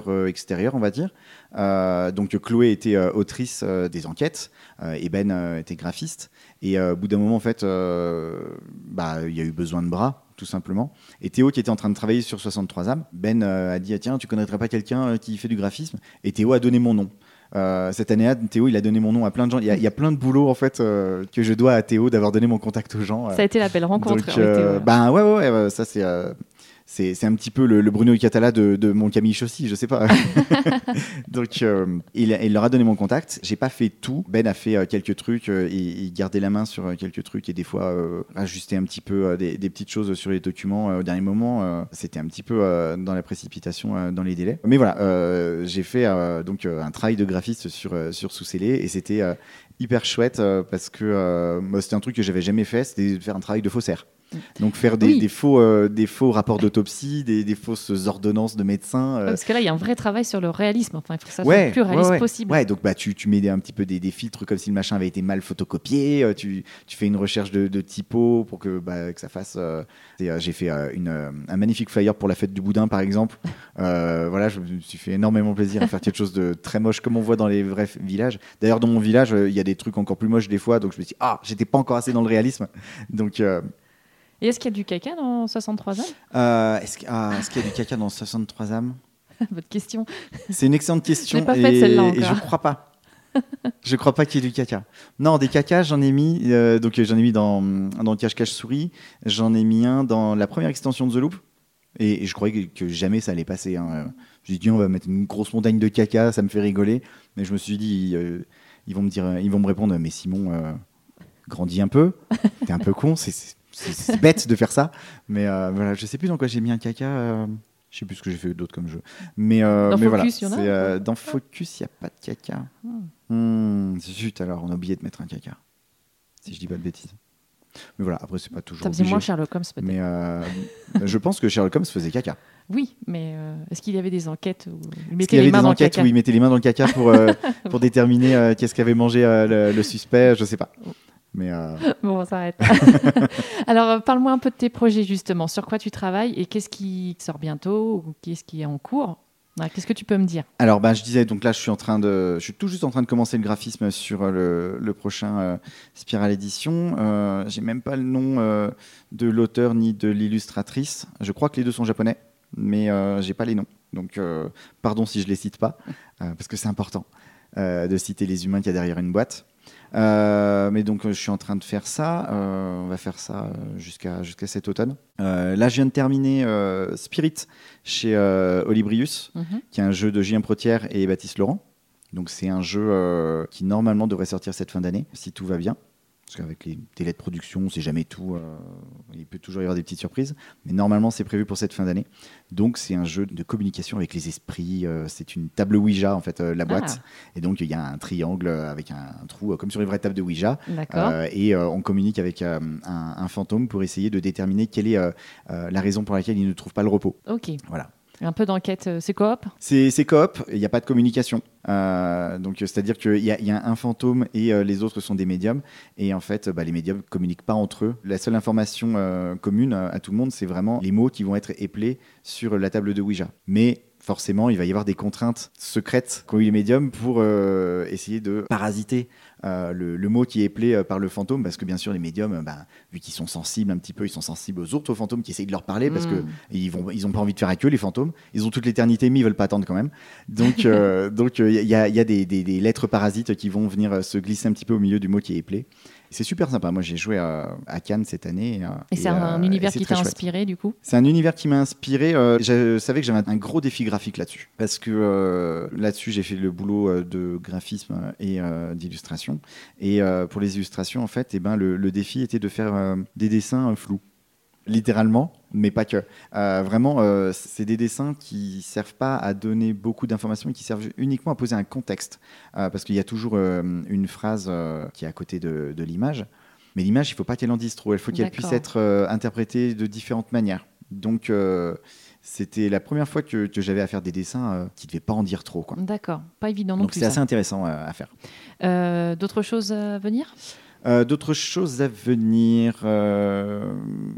[SPEAKER 2] enquêteur euh, extérieur, on va dire. Euh, donc Chloé était euh, autrice euh, des enquêtes euh, et Ben euh, était graphiste. Et euh, au bout d'un moment, en fait, euh, bah, il y a eu besoin de bras, tout simplement. Et Théo, qui était en train de travailler sur soixante-trois âmes, Ben euh, a dit ah, tiens, tu connaîtrais pas quelqu'un euh, qui fait du graphisme? Et Théo a donné mon nom. Euh, cette année-là, Théo, il a donné mon nom à plein de gens. Il y a, il y a plein de boulot en fait euh, que je dois à Théo d'avoir donné mon contact aux gens. Euh.
[SPEAKER 1] Ça a été la belle rencontre.
[SPEAKER 2] Donc, euh, ben ouais, ouais, ouais, ça c'est. Euh, C'est, c'est un petit peu le, le Bruno Catala de, de mon Camille Chaussy, je sais pas. Donc, euh, il, il leur a donné mon contact. J'ai pas fait tout. Ben a fait euh, quelques trucs euh, et il gardait la main sur euh, quelques trucs et des fois euh, ajustait un petit peu euh, des, des petites choses sur les documents euh, au dernier moment. Euh, c'était un petit peu euh, dans la précipitation, euh, dans les délais. Mais voilà, euh, j'ai fait euh, donc euh, un travail de graphiste sur euh, sur Sous-Scellé et c'était euh, hyper chouette euh, parce que euh, moi, c'était un truc que j'avais jamais fait, c'était de faire un travail de faussaire. Donc faire des,
[SPEAKER 1] oui.
[SPEAKER 2] des, faux, euh, des faux rapports d'autopsie, des, des fausses ordonnances de médecins. Euh...
[SPEAKER 1] Parce que là, il y a un vrai travail sur le réalisme. Enfin, il faut que ça
[SPEAKER 2] ouais,
[SPEAKER 1] soit le plus réaliste
[SPEAKER 2] ouais, ouais.
[SPEAKER 1] possible.
[SPEAKER 2] Ouais, donc bah, tu, tu mets des, un petit peu des, des filtres comme si le machin avait été mal photocopié. Euh, tu, tu fais une recherche de, de typo pour que, bah, que ça fasse... Euh... Et, euh, j'ai fait euh, une, euh, un magnifique flyer pour la fête du boudin, par exemple. Euh, voilà, je me suis fait énormément plaisir à faire quelque chose de très moche comme on voit dans les vrais villages. D'ailleurs, dans mon village, il euh, y a des trucs encore plus moches des fois. Donc je me suis dit, ah, j'étais pas encore assez dans le réalisme. Donc... Euh...
[SPEAKER 1] Et est-ce qu'il y a du caca dans soixante-trois âmes
[SPEAKER 2] euh, est-ce, qu'- ah, est-ce qu'il y a du caca dans soixante-trois âmes?
[SPEAKER 1] Votre question.
[SPEAKER 2] C'est une excellente question.
[SPEAKER 1] Je l'ai pas
[SPEAKER 2] et,
[SPEAKER 1] faite, celle-là,
[SPEAKER 2] et je
[SPEAKER 1] encore.
[SPEAKER 2] crois pas. Je crois pas qu'il y ait du caca. Non, des cacas, j'en ai mis. Euh, donc j'en ai mis dans dans Cache-Cache Souris. J'en ai mis un dans la première extension de The Loop. Et, et je croyais que, que jamais ça allait passer. Hein. Je me suis dit on va mettre une grosse montagne de caca, ça me fait rigoler. Mais je me suis dit euh, ils vont me dire, ils vont me répondre mais Simon, euh, grandis un peu. T'es un peu con. C'est, c'est C'est, c'est bête de faire ça, mais euh, voilà, je sais plus dans quoi j'ai mis un caca. Euh, je sais plus ce que j'ai fait d'autre comme jeu. Mais, euh,
[SPEAKER 1] dans
[SPEAKER 2] mais
[SPEAKER 1] Focus, il
[SPEAKER 2] voilà,
[SPEAKER 1] y en a,
[SPEAKER 2] c'est, euh, dans Focus, il n'y a pas de caca. Hmm. Hmm, zut, alors on a oublié de mettre un caca. Si je dis pas de bêtises. Mais voilà, après, c'est pas toujours.
[SPEAKER 1] Ça faisait
[SPEAKER 2] obligé.
[SPEAKER 1] moins Sherlock Holmes, peut-être.
[SPEAKER 2] Mais euh, je pense que Sherlock Holmes faisait caca.
[SPEAKER 1] Oui, mais euh, est-ce qu'il y avait des enquêtes où il
[SPEAKER 2] Est-ce
[SPEAKER 1] mettait
[SPEAKER 2] qu'il y avait
[SPEAKER 1] les mains
[SPEAKER 2] des
[SPEAKER 1] dans
[SPEAKER 2] enquêtes
[SPEAKER 1] le caca
[SPEAKER 2] où il mettait les mains dans le caca pour, euh, pour déterminer euh, qu'est-ce qu'avait mangé euh, le, le suspect? Je sais pas. Mais euh...
[SPEAKER 1] Bon, on s'arrête. Alors, euh, parle-moi un peu de tes projets, justement. Sur quoi tu travailles et qu'est-ce qui sort bientôt ou qu'est-ce qui est en cours? Ouais, qu'est-ce que tu peux me dire?
[SPEAKER 2] Alors, bah, je disais, donc là, je suis en train de, je suis tout juste en train de commencer le graphisme sur le, le prochain euh, Spiral Édition. Euh, j'ai même pas le nom euh, de l'auteur ni de l'illustratrice. Je crois que les deux sont japonais, mais euh, j'ai pas les noms. Donc, euh, pardon si je les cite pas, euh, parce que c'est important euh, de citer les humains qu'il y a derrière une boîte. Euh, mais donc je suis en train de faire ça, euh, on va faire ça jusqu'à, jusqu'à cet automne. Euh, là je viens de terminer euh, Spirit chez euh, Olibrius, mm-hmm. qui est un jeu de Julien Protière et Baptiste Laurent. Donc c'est un jeu euh, qui normalement devrait sortir cette fin d'année, si tout va bien. Parce qu'avec les délais de production, on ne sait jamais tout. Euh, il peut toujours y avoir des petites surprises. Mais normalement, c'est prévu pour cette fin d'année. Donc, c'est un jeu de communication avec les esprits. Euh, c'est une table Ouija, en fait, euh, la boîte. Ah. Et donc, il y a un triangle avec un, un trou, euh, comme sur une vraie table de Ouija.
[SPEAKER 1] D'accord.
[SPEAKER 2] Euh, et euh, on communique avec euh, un, un fantôme pour essayer de déterminer quelle est euh, euh, la raison pour laquelle il ne trouve pas le repos.
[SPEAKER 1] Ok.
[SPEAKER 2] Voilà.
[SPEAKER 1] Un peu d'enquête, c'est coop?
[SPEAKER 2] C'est, c'est coop, il n'y a pas de communication. Euh, donc, c'est-à-dire qu'il y, y a un fantôme et euh, les autres sont des médiums. Et en fait, bah, les médiums ne communiquent pas entre eux. La seule information euh, commune à tout le monde, c'est vraiment les mots qui vont être épelés sur la table de Ouija. Mais forcément, il va y avoir des contraintes secrètes qu'ont eu les médiums pour euh, essayer de parasiter euh, le, le mot qui est épelé euh, par le fantôme, parce que bien sûr, les médiums, euh, bah, vu qu'ils sont sensibles un petit peu, ils sont sensibles aux autres fantômes qui essayent de leur parler, parce
[SPEAKER 1] mmh.
[SPEAKER 2] qu'ils vont, ils ont pas envie de faire avec eux, les fantômes. Ils ont toute l'éternité, mais ils veulent pas attendre quand même. Donc, euh, donc, il euh, y a, y a des, des, des lettres parasites qui vont venir euh, se glisser un petit peu au milieu du mot qui est épelé. C'est super sympa. Moi, j'ai joué à, à Cannes cette année. Et,
[SPEAKER 1] et c'est
[SPEAKER 2] et,
[SPEAKER 1] un
[SPEAKER 2] euh,
[SPEAKER 1] univers
[SPEAKER 2] et
[SPEAKER 1] qui t'a inspiré, chouette. Du coup?
[SPEAKER 2] C'est un univers qui m'a inspiré. Euh, je savais que j'avais un gros défi graphique là-dessus. Parce que euh, là-dessus, j'ai fait le boulot de graphisme et euh, d'illustration. Et euh, pour les illustrations, en fait, eh ben, le, le défi était de faire euh, des dessins flous. Littéralement, mais pas que. Euh, vraiment, euh, c'est des dessins qui servent pas à donner beaucoup d'informations, mais qui servent uniquement à poser un contexte. Euh, parce qu'il y a toujours euh, une phrase euh, qui est à côté de, de l'image. Mais l'image, il ne faut pas qu'elle en dise trop. Il faut qu'elle D'accord. puisse être euh, interprétée de différentes manières. Donc, euh, c'était la première fois que, que j'avais à faire des dessins euh, qui ne devaient pas en dire trop. Quoi.
[SPEAKER 1] D'accord. Pas évident non
[SPEAKER 2] Donc,
[SPEAKER 1] plus.
[SPEAKER 2] Donc, c'est
[SPEAKER 1] ça.
[SPEAKER 2] assez intéressant euh, à faire.
[SPEAKER 1] Euh, d'autres choses à venir ?
[SPEAKER 2] Euh, d'autres choses à venir. Il euh,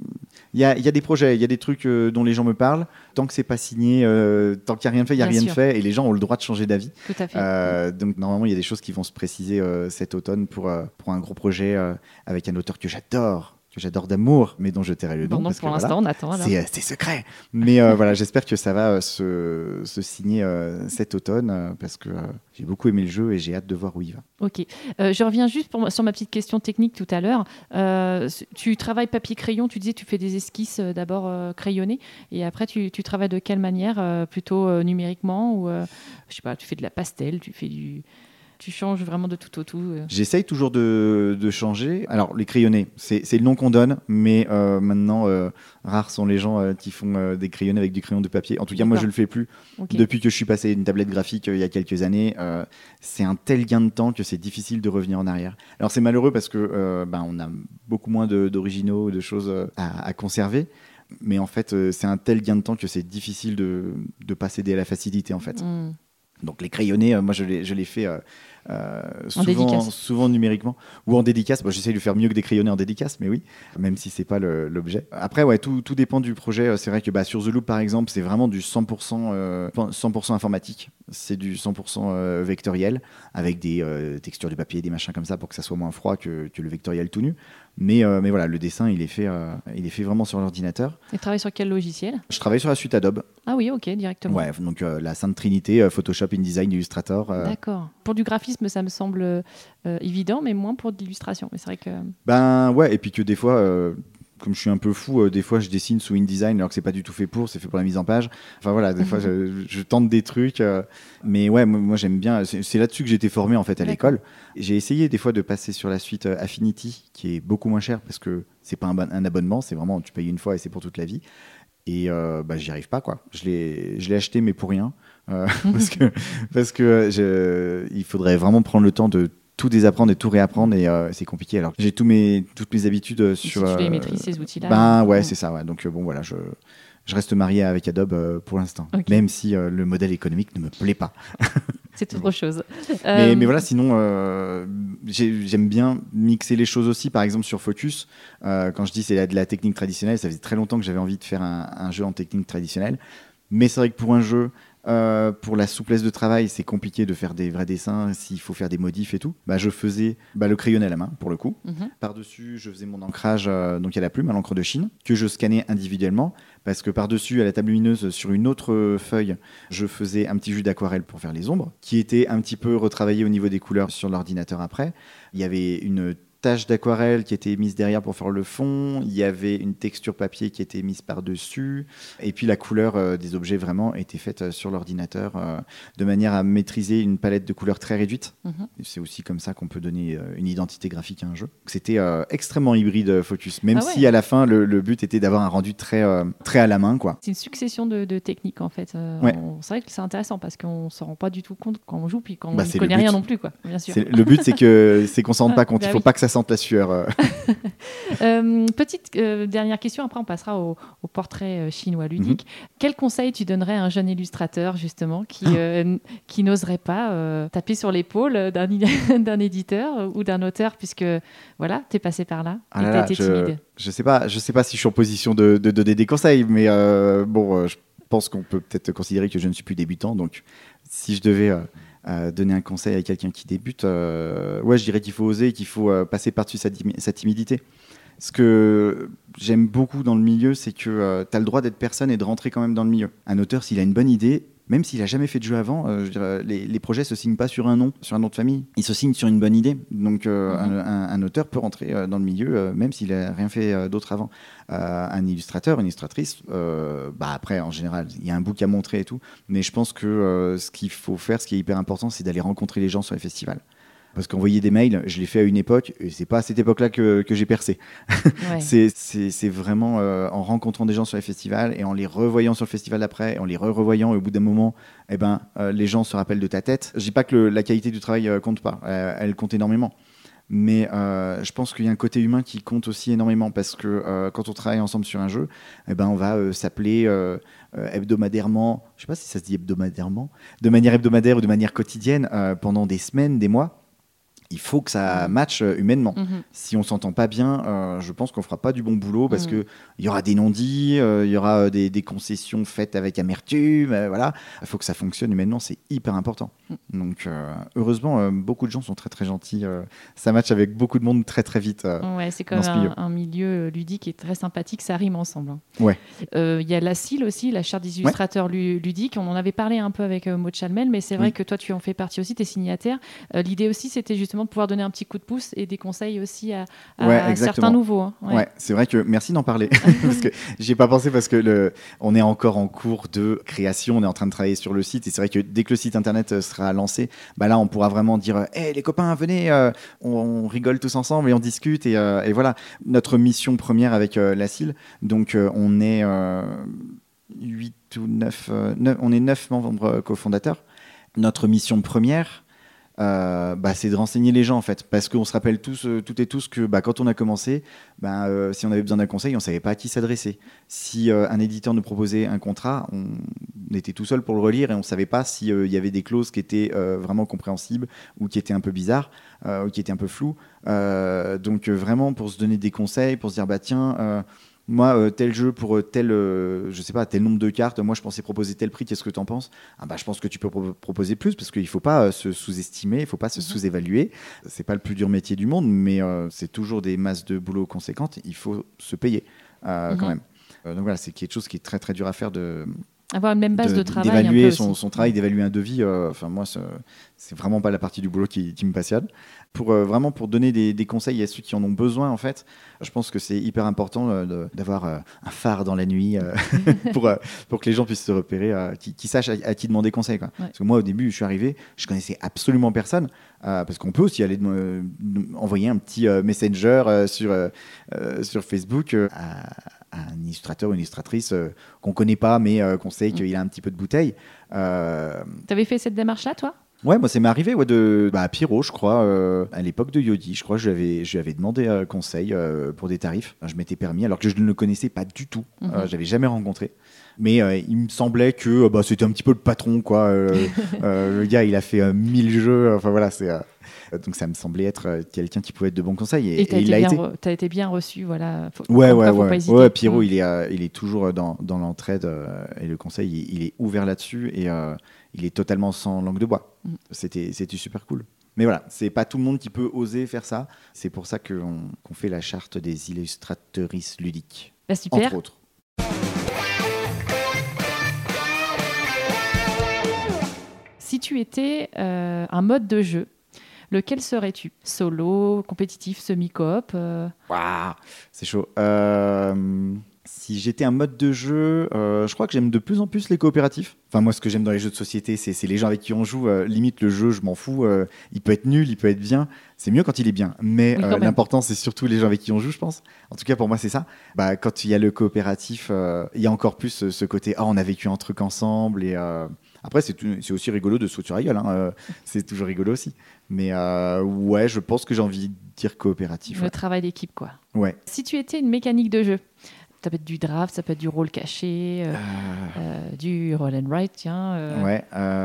[SPEAKER 2] y, y a des projets, il y a des trucs euh, dont les gens me parlent. Tant que c'est pas signé, euh, tant qu'il n'y a rien de fait, il n'y a
[SPEAKER 1] Bien
[SPEAKER 2] rien
[SPEAKER 1] sûr.
[SPEAKER 2] de fait. Et les gens ont le droit de changer d'avis.
[SPEAKER 1] Tout à fait.
[SPEAKER 2] Euh, donc normalement, il y a des choses qui vont se préciser euh, cet automne pour, euh, pour un gros projet euh, avec un auteur que j'adore. que j'adore d'amour, mais dont je tairai le nom.
[SPEAKER 1] Bon, donc
[SPEAKER 2] parce
[SPEAKER 1] pour
[SPEAKER 2] que,
[SPEAKER 1] l'instant,
[SPEAKER 2] voilà,
[SPEAKER 1] on attend. Alors.
[SPEAKER 2] c'est, euh, c'est secret. Mais euh, voilà, j'espère que ça va euh, se, se signer euh, cet automne euh, parce que euh, j'ai beaucoup aimé le jeu et j'ai hâte de voir où il va.
[SPEAKER 1] Ok. Euh, je reviens juste pour, sur ma petite question technique tout à l'heure. Euh, tu travailles papier-crayon, tu disais tu fais des esquisses euh, d'abord euh, crayonnées et après tu, tu travailles de quelle manière euh, Plutôt euh, numériquement ou euh, je sais pas, tu fais de la pastel, tu fais du... Tu changes vraiment de tout au tout. euh.
[SPEAKER 2] J'essaye toujours de, de changer. Alors, les crayonnés, c'est, c'est le nom qu'on donne, mais euh, maintenant, euh, rares sont les gens euh, qui font euh, des crayonnés avec du crayon de papier. En tout cas,
[SPEAKER 1] D'accord.
[SPEAKER 2] moi, je le fais plus.
[SPEAKER 1] Okay.
[SPEAKER 2] Depuis que je suis passé à une tablette graphique euh, il y a quelques années, euh, c'est un tel gain de temps que c'est difficile de revenir en arrière. Alors, c'est malheureux parce que euh, ben, on a beaucoup moins de, d'originaux, de choses euh, à, à conserver. Mais en fait, euh, c'est un tel gain de temps que c'est difficile de ne pas céder à la facilité, en fait.
[SPEAKER 1] Mm.
[SPEAKER 2] Donc les crayonnés, euh, moi je les, je les fais euh, euh, souvent,
[SPEAKER 1] dédicace.
[SPEAKER 2] souvent numériquement ou en dédicace. Bon, j'essaye de faire mieux que des crayonnés en dédicace, mais oui, même si c'est pas le, l'objet. Après, ouais, tout, tout dépend du projet. C'est vrai que bah, sur The Loop, par exemple, c'est vraiment du cent pour cent, euh, cent pour cent informatique. C'est du cent pour cent euh, vectoriel avec des euh, textures de papier, des machins comme ça pour que ça soit moins froid que, que le vectoriel tout nu. Mais, euh, mais voilà, le dessin, il est fait, euh, il est fait vraiment sur l'ordinateur.
[SPEAKER 1] Et tu travailles sur quel logiciel ?
[SPEAKER 2] Je travaille sur la suite Adobe.
[SPEAKER 1] Ah oui, ok, directement.
[SPEAKER 2] Ouais, donc euh, la Sainte Trinité, euh, Photoshop, InDesign, Illustrator. Euh...
[SPEAKER 1] D'accord. Pour du graphisme, ça me semble euh, évident, mais moins pour de l'illustration. Mais c'est vrai que...
[SPEAKER 2] Ben ouais, et puis que des fois, euh, comme je suis un peu fou, euh, des fois je dessine sous InDesign alors que c'est pas du tout fait pour, c'est fait pour la mise en page. Enfin voilà, des fois je, je tente des trucs, euh, mais ouais, moi, moi j'aime bien. C'est, c'est là-dessus que j'ai été formé en fait à
[SPEAKER 1] D'accord.
[SPEAKER 2] l'école. J'ai essayé des fois de passer sur la suite euh, Affinity, qui est beaucoup moins cher parce que c'est pas un, un abonnement, c'est vraiment tu payes une fois et c'est pour toute la vie. Et euh, bah, j'y arrive pas, quoi. Je l'ai, je l'ai acheté, mais pour rien. Euh, parce que, parce que je, il faudrait vraiment prendre le temps de tout désapprendre et tout réapprendre. Et euh, c'est compliqué. Alors, j'ai tous mes, toutes mes habitudes sur.
[SPEAKER 1] Si tu les
[SPEAKER 2] euh,
[SPEAKER 1] maîtrises, ces outils-là.
[SPEAKER 2] Ben ouais, c'est ça. Ouais. Donc, euh, bon, voilà, je, je reste marié avec Adobe euh, pour l'instant.
[SPEAKER 1] Okay.
[SPEAKER 2] Même si euh, le modèle économique ne me plaît pas.
[SPEAKER 1] C'est autre chose.
[SPEAKER 2] Mais,
[SPEAKER 1] Euh,
[SPEAKER 2] mais voilà, sinon, euh, j'ai, j'aime bien mixer les choses aussi. Par exemple, sur Focus, euh, quand je dis c'est de la technique traditionnelle, ça faisait très longtemps que j'avais envie de faire un, un jeu en technique traditionnelle. Mais c'est vrai que pour un jeu, euh, pour la souplesse de travail, c'est compliqué de faire des vrais dessins s'il faut faire des modifs et tout. Bah, je faisais bah, le crayonné à la main, pour le coup.
[SPEAKER 1] mm-hmm.
[SPEAKER 2] Par-dessus, je faisais mon ancrage euh, donc à la plume, à l'encre de Chine, que je scannais individuellement. Parce que par-dessus, à la table lumineuse, sur une autre feuille, je faisais un petit jus d'aquarelle pour faire les ombres, qui était un petit peu retravaillé au niveau des couleurs sur l'ordinateur après. Il y avait une tache d'aquarelle qui était mise derrière pour faire le fond. Il y avait une texture papier qui était mise par-dessus. Et puis la couleur euh, des objets vraiment était faite euh, sur l'ordinateur euh, de manière à maîtriser une palette de couleurs très réduite.
[SPEAKER 1] Mm-hmm.
[SPEAKER 2] C'est aussi comme ça qu'on peut donner euh, une identité graphique à un jeu. C'était euh, extrêmement hybride Focus, même
[SPEAKER 1] ah ouais.
[SPEAKER 2] si à la fin le, le but était d'avoir un rendu très, euh, très à la main, quoi.
[SPEAKER 1] C'est une succession de, de techniques en fait. Euh,
[SPEAKER 2] ouais.
[SPEAKER 1] on, c'est vrai que c'est intéressant parce qu'on ne s'en rend pas du tout compte quand on joue, puis quand
[SPEAKER 2] bah,
[SPEAKER 1] on ne connaît rien non plus, quoi, bien sûr.
[SPEAKER 2] C'est, le but, c'est, que, c'est qu'on ne s'en rende pas compte.
[SPEAKER 1] bah
[SPEAKER 2] Il ne faut
[SPEAKER 1] oui.
[SPEAKER 2] pas que ça sente la sueur. Euh.
[SPEAKER 1] euh, petite euh, dernière question, après on passera au, au portrait euh, chinois ludique. Mm-hmm. Quel conseil tu donnerais à un jeune illustrateur justement qui, euh, qui n'oserait pas euh, taper sur l'épaule d'un, d'un éditeur ou d'un auteur, puisque voilà, tu es passé par là
[SPEAKER 2] ah
[SPEAKER 1] et
[SPEAKER 2] là
[SPEAKER 1] tu as
[SPEAKER 2] là,
[SPEAKER 1] été
[SPEAKER 2] je,
[SPEAKER 1] timide.
[SPEAKER 2] Je ne sais pas, je sais pas si je suis en position de, de donner des conseils, mais euh, bon, euh, je pense qu'on peut peut-être considérer que je ne suis plus débutant, donc si je devais... Euh, Euh, donner un conseil à quelqu'un qui débute, euh, ouais, je dirais qu'il faut oser, qu'il faut euh, passer par-dessus sa, dim- sa timidité. Ce que j'aime beaucoup dans le milieu, c'est que euh, tu as le droit d'être personne et de rentrer quand même dans le milieu. Un auteur, s'il a une bonne idée, même s'il n'a jamais fait de jeu avant, euh, je dirais, les, les projets ne se signent pas sur un nom, sur un nom de famille. Ils se signent sur une bonne idée. Donc euh, mmh. un, un, un auteur peut rentrer euh, dans le milieu, euh, même s'il n'a rien fait euh, d'autre avant. Euh, un illustrateur, une illustratrice, euh, bah après, en général, il y a un book à montrer et tout. Mais je pense que euh, ce qu'il faut faire, ce qui est hyper important, c'est d'aller rencontrer les gens sur les festivals. Parce qu'envoyer des mails, je l'ai fait à une époque, et c'est pas à cette époque-là que, que j'ai percé. Ouais. c'est, c'est, c'est vraiment euh, en rencontrant des gens sur les festivals et en les revoyant sur le festival d'après, en les re-revoyant, et au bout d'un moment, eh ben, euh, les gens se rappellent de ta tête. Je dis pas que le, la qualité du travail euh, compte pas, euh, elle compte énormément. Mais euh, je pense qu'il y a un côté humain qui compte aussi énormément parce que euh, quand on travaille ensemble sur un jeu, eh ben, on va euh, s'appeler euh, euh, hebdomadairement, je sais pas si ça se dit hebdomadairement, de manière hebdomadaire ou de manière quotidienne euh, pendant des semaines, des mois. il faut que ça matche euh, humainement.
[SPEAKER 1] Mhm.
[SPEAKER 2] Si on s'entend pas bien, euh, je pense qu'on fera pas du bon boulot parce
[SPEAKER 1] Mhm.
[SPEAKER 2] que il y aura des non-dits, euh, il y aura euh, des, des concessions faites avec amertume, euh, voilà. Il faut que ça fonctionne humainement, c'est hyper important.
[SPEAKER 1] Mhm.
[SPEAKER 2] Donc euh, heureusement, euh, beaucoup de gens sont très très gentils. euh, ça match avec beaucoup de monde très très vite. euh,
[SPEAKER 1] Ouais, c'est quand
[SPEAKER 2] dans
[SPEAKER 1] même
[SPEAKER 2] ce milieu.
[SPEAKER 1] un, un milieu ludique qui est très sympathique, ça rime ensemble. hein.
[SPEAKER 2] Ouais.
[SPEAKER 1] Euh, Il y a la C I L aussi, la charte des illustrateurs lu- ludiques. On en avait parlé un peu avec euh, Maud Chalmel, mais c'est vrai
[SPEAKER 2] Oui.
[SPEAKER 1] que toi, tu en fais partie aussi, tu es signataire. Euh, L'idée aussi, c'était justement de pouvoir donner un petit coup de pouce et des conseils aussi à, à
[SPEAKER 2] Ouais, exactement.
[SPEAKER 1] certains nouveaux. hein.
[SPEAKER 2] Ouais,
[SPEAKER 1] Ouais.
[SPEAKER 2] c'est vrai que merci d'en parler parce que j'y ai pas pensé parce que le, on est encore en cours de création, on est en train de travailler sur le site et c'est vrai que dès que le site internet euh, sera lancé, bah là on pourra vraiment dire, hé les copains venez, euh, on, on rigole tous ensemble et on discute et, euh, et voilà notre mission première avec euh, la C I L. Donc euh, on est euh, huit ou neuf, euh, neuf, on est neuf membres euh, cofondateurs. Notre mission première. Euh, bah, c'est de renseigner les gens en fait, parce qu'on se rappelle tous, euh, toutes et tous que bah, quand on a commencé, bah, euh, si on avait besoin d'un conseil, on savait pas à qui s'adresser. Si euh, un éditeur nous proposait un contrat, on, on était tout seul pour le relire et on savait pas s'il euh, y avait des clauses qui étaient euh, vraiment compréhensibles ou qui étaient un peu bizarres euh, ou qui étaient un peu floues. Euh, donc euh, vraiment pour se donner des conseils, pour se dire bah tiens. Euh, Moi, euh, tel jeu pour euh, tel, euh, je sais pas, tel nombre de cartes, moi je pensais proposer tel prix, qu'est-ce que tu en penses? Ah bah, je pense que tu peux pro- proposer plus parce qu'il ne faut pas euh, se sous-estimer, il ne faut pas se
[SPEAKER 1] Mhm.
[SPEAKER 2] sous-évaluer. C'est pas le plus dur métier du monde, mais euh, c'est toujours des masses de boulot conséquentes, il faut se payer euh,
[SPEAKER 1] Mhm.
[SPEAKER 2] quand même. Euh, donc voilà, c'est quelque chose qui est très très dur à faire de,
[SPEAKER 1] Avoir une même base de,
[SPEAKER 2] de-
[SPEAKER 1] travail. un
[SPEAKER 2] d'évaluer
[SPEAKER 1] peu
[SPEAKER 2] son,
[SPEAKER 1] aussi.
[SPEAKER 2] son travail,
[SPEAKER 1] Ouais.
[SPEAKER 2] d'évaluer un devis. euh, Enfin moi, c'est, c'est vraiment pas la partie du boulot qui, qui me passionne. Pour euh, vraiment pour donner des, des conseils à ceux qui en ont besoin en fait, je pense que c'est hyper important euh, de- d'avoir euh, un phare dans la nuit euh, pour euh, pour que les gens puissent se repérer, euh, qui, qui sachent à, à qui demander conseil. Quoi.
[SPEAKER 1] Ouais.
[SPEAKER 2] Parce que moi au début, je suis arrivé, je connaissais absolument personne. euh, parce qu'on peut aussi aller euh, envoyer un petit euh, messenger euh, sur euh, euh, sur Facebook euh, à un illustrateur ou une illustratrice euh, qu'on connaît pas, mais euh, qu'on sait qu'il a un petit peu de bouteille. Euh,
[SPEAKER 1] Tu avais fait cette démarche-là, toi?
[SPEAKER 2] ouais, moi, ça m'est arrivé ouais, de bah, Pierrot, je crois, euh, à l'époque de Yodi. Je crois que je lui avais, je lui avais demandé euh, conseil euh, pour des tarifs. Je m'étais permis, alors que je ne le connaissais pas du tout.
[SPEAKER 1] Mhm.
[SPEAKER 2] Euh, j'avais jamais rencontré. Mais euh, il me semblait que euh, bah, c'était un petit peu le patron, quoi. Euh, euh, le gars, il a fait euh, mille jeux. Enfin voilà, c'est. Euh, donc ça me semblait être euh, quelqu'un qui pouvait être de bons conseils. Et,
[SPEAKER 1] Et tu as
[SPEAKER 2] et
[SPEAKER 1] été,
[SPEAKER 2] il l'a
[SPEAKER 1] bien
[SPEAKER 2] été.
[SPEAKER 1] re- t'as été bien reçu, voilà. Faut,
[SPEAKER 2] Ouais,
[SPEAKER 1] comme
[SPEAKER 2] ouais,
[SPEAKER 1] quoi, faut
[SPEAKER 2] ouais.
[SPEAKER 1] pas hésiter.
[SPEAKER 2] Ouais, Pierrot,
[SPEAKER 1] Mm.
[SPEAKER 2] il, est, euh, il est toujours dans, dans l'entraide euh, et le conseil, il, il est ouvert là-dessus et euh, il est totalement sans langue de bois.
[SPEAKER 1] Mm.
[SPEAKER 2] C'était, c'était super cool. Mais voilà, c'est pas tout le monde qui peut oser faire ça. C'est pour ça qu'on, qu'on fait la charte des illustratrices ludiques,
[SPEAKER 1] Bah, super.
[SPEAKER 2] entre autres.
[SPEAKER 1] Si tu étais euh, un mode de jeu, lequel serais-tu? Solo, compétitif, semi-coop euh,
[SPEAKER 2] Waouh, c'est chaud. Euh, si j'étais un mode de jeu, euh, je crois que j'aime de plus en plus les coopératifs. Enfin, moi, ce que j'aime dans les jeux de société, c'est, c'est les gens avec qui on joue. Euh, limite, le jeu, je m'en fous. Euh, il peut être nul, il peut être bien. C'est mieux quand il est bien. Mais
[SPEAKER 1] Oui, quand
[SPEAKER 2] euh,
[SPEAKER 1] même.
[SPEAKER 2] l'important, c'est surtout les gens avec qui on joue, je pense. En tout cas, pour moi, c'est ça. Bah, quand il y a le coopératif, euh, il y a encore plus ce, ce côté « Ah, on a vécu un truc ensemble. » Et euh, après, c'est, tout- c'est aussi rigolo de se foutre sur la gueule. Hein. Euh, c'est toujours rigolo aussi. Mais euh, ouais, je pense que j'ai envie de dire coopératif.
[SPEAKER 1] Le
[SPEAKER 2] Ouais.
[SPEAKER 1] travail d'équipe, quoi.
[SPEAKER 2] Ouais.
[SPEAKER 1] Si tu étais une mécanique de jeu, ça peut être du draft, ça peut être du rôle caché, euh, euh, du roll and write, tiens. euh,
[SPEAKER 2] Ouais,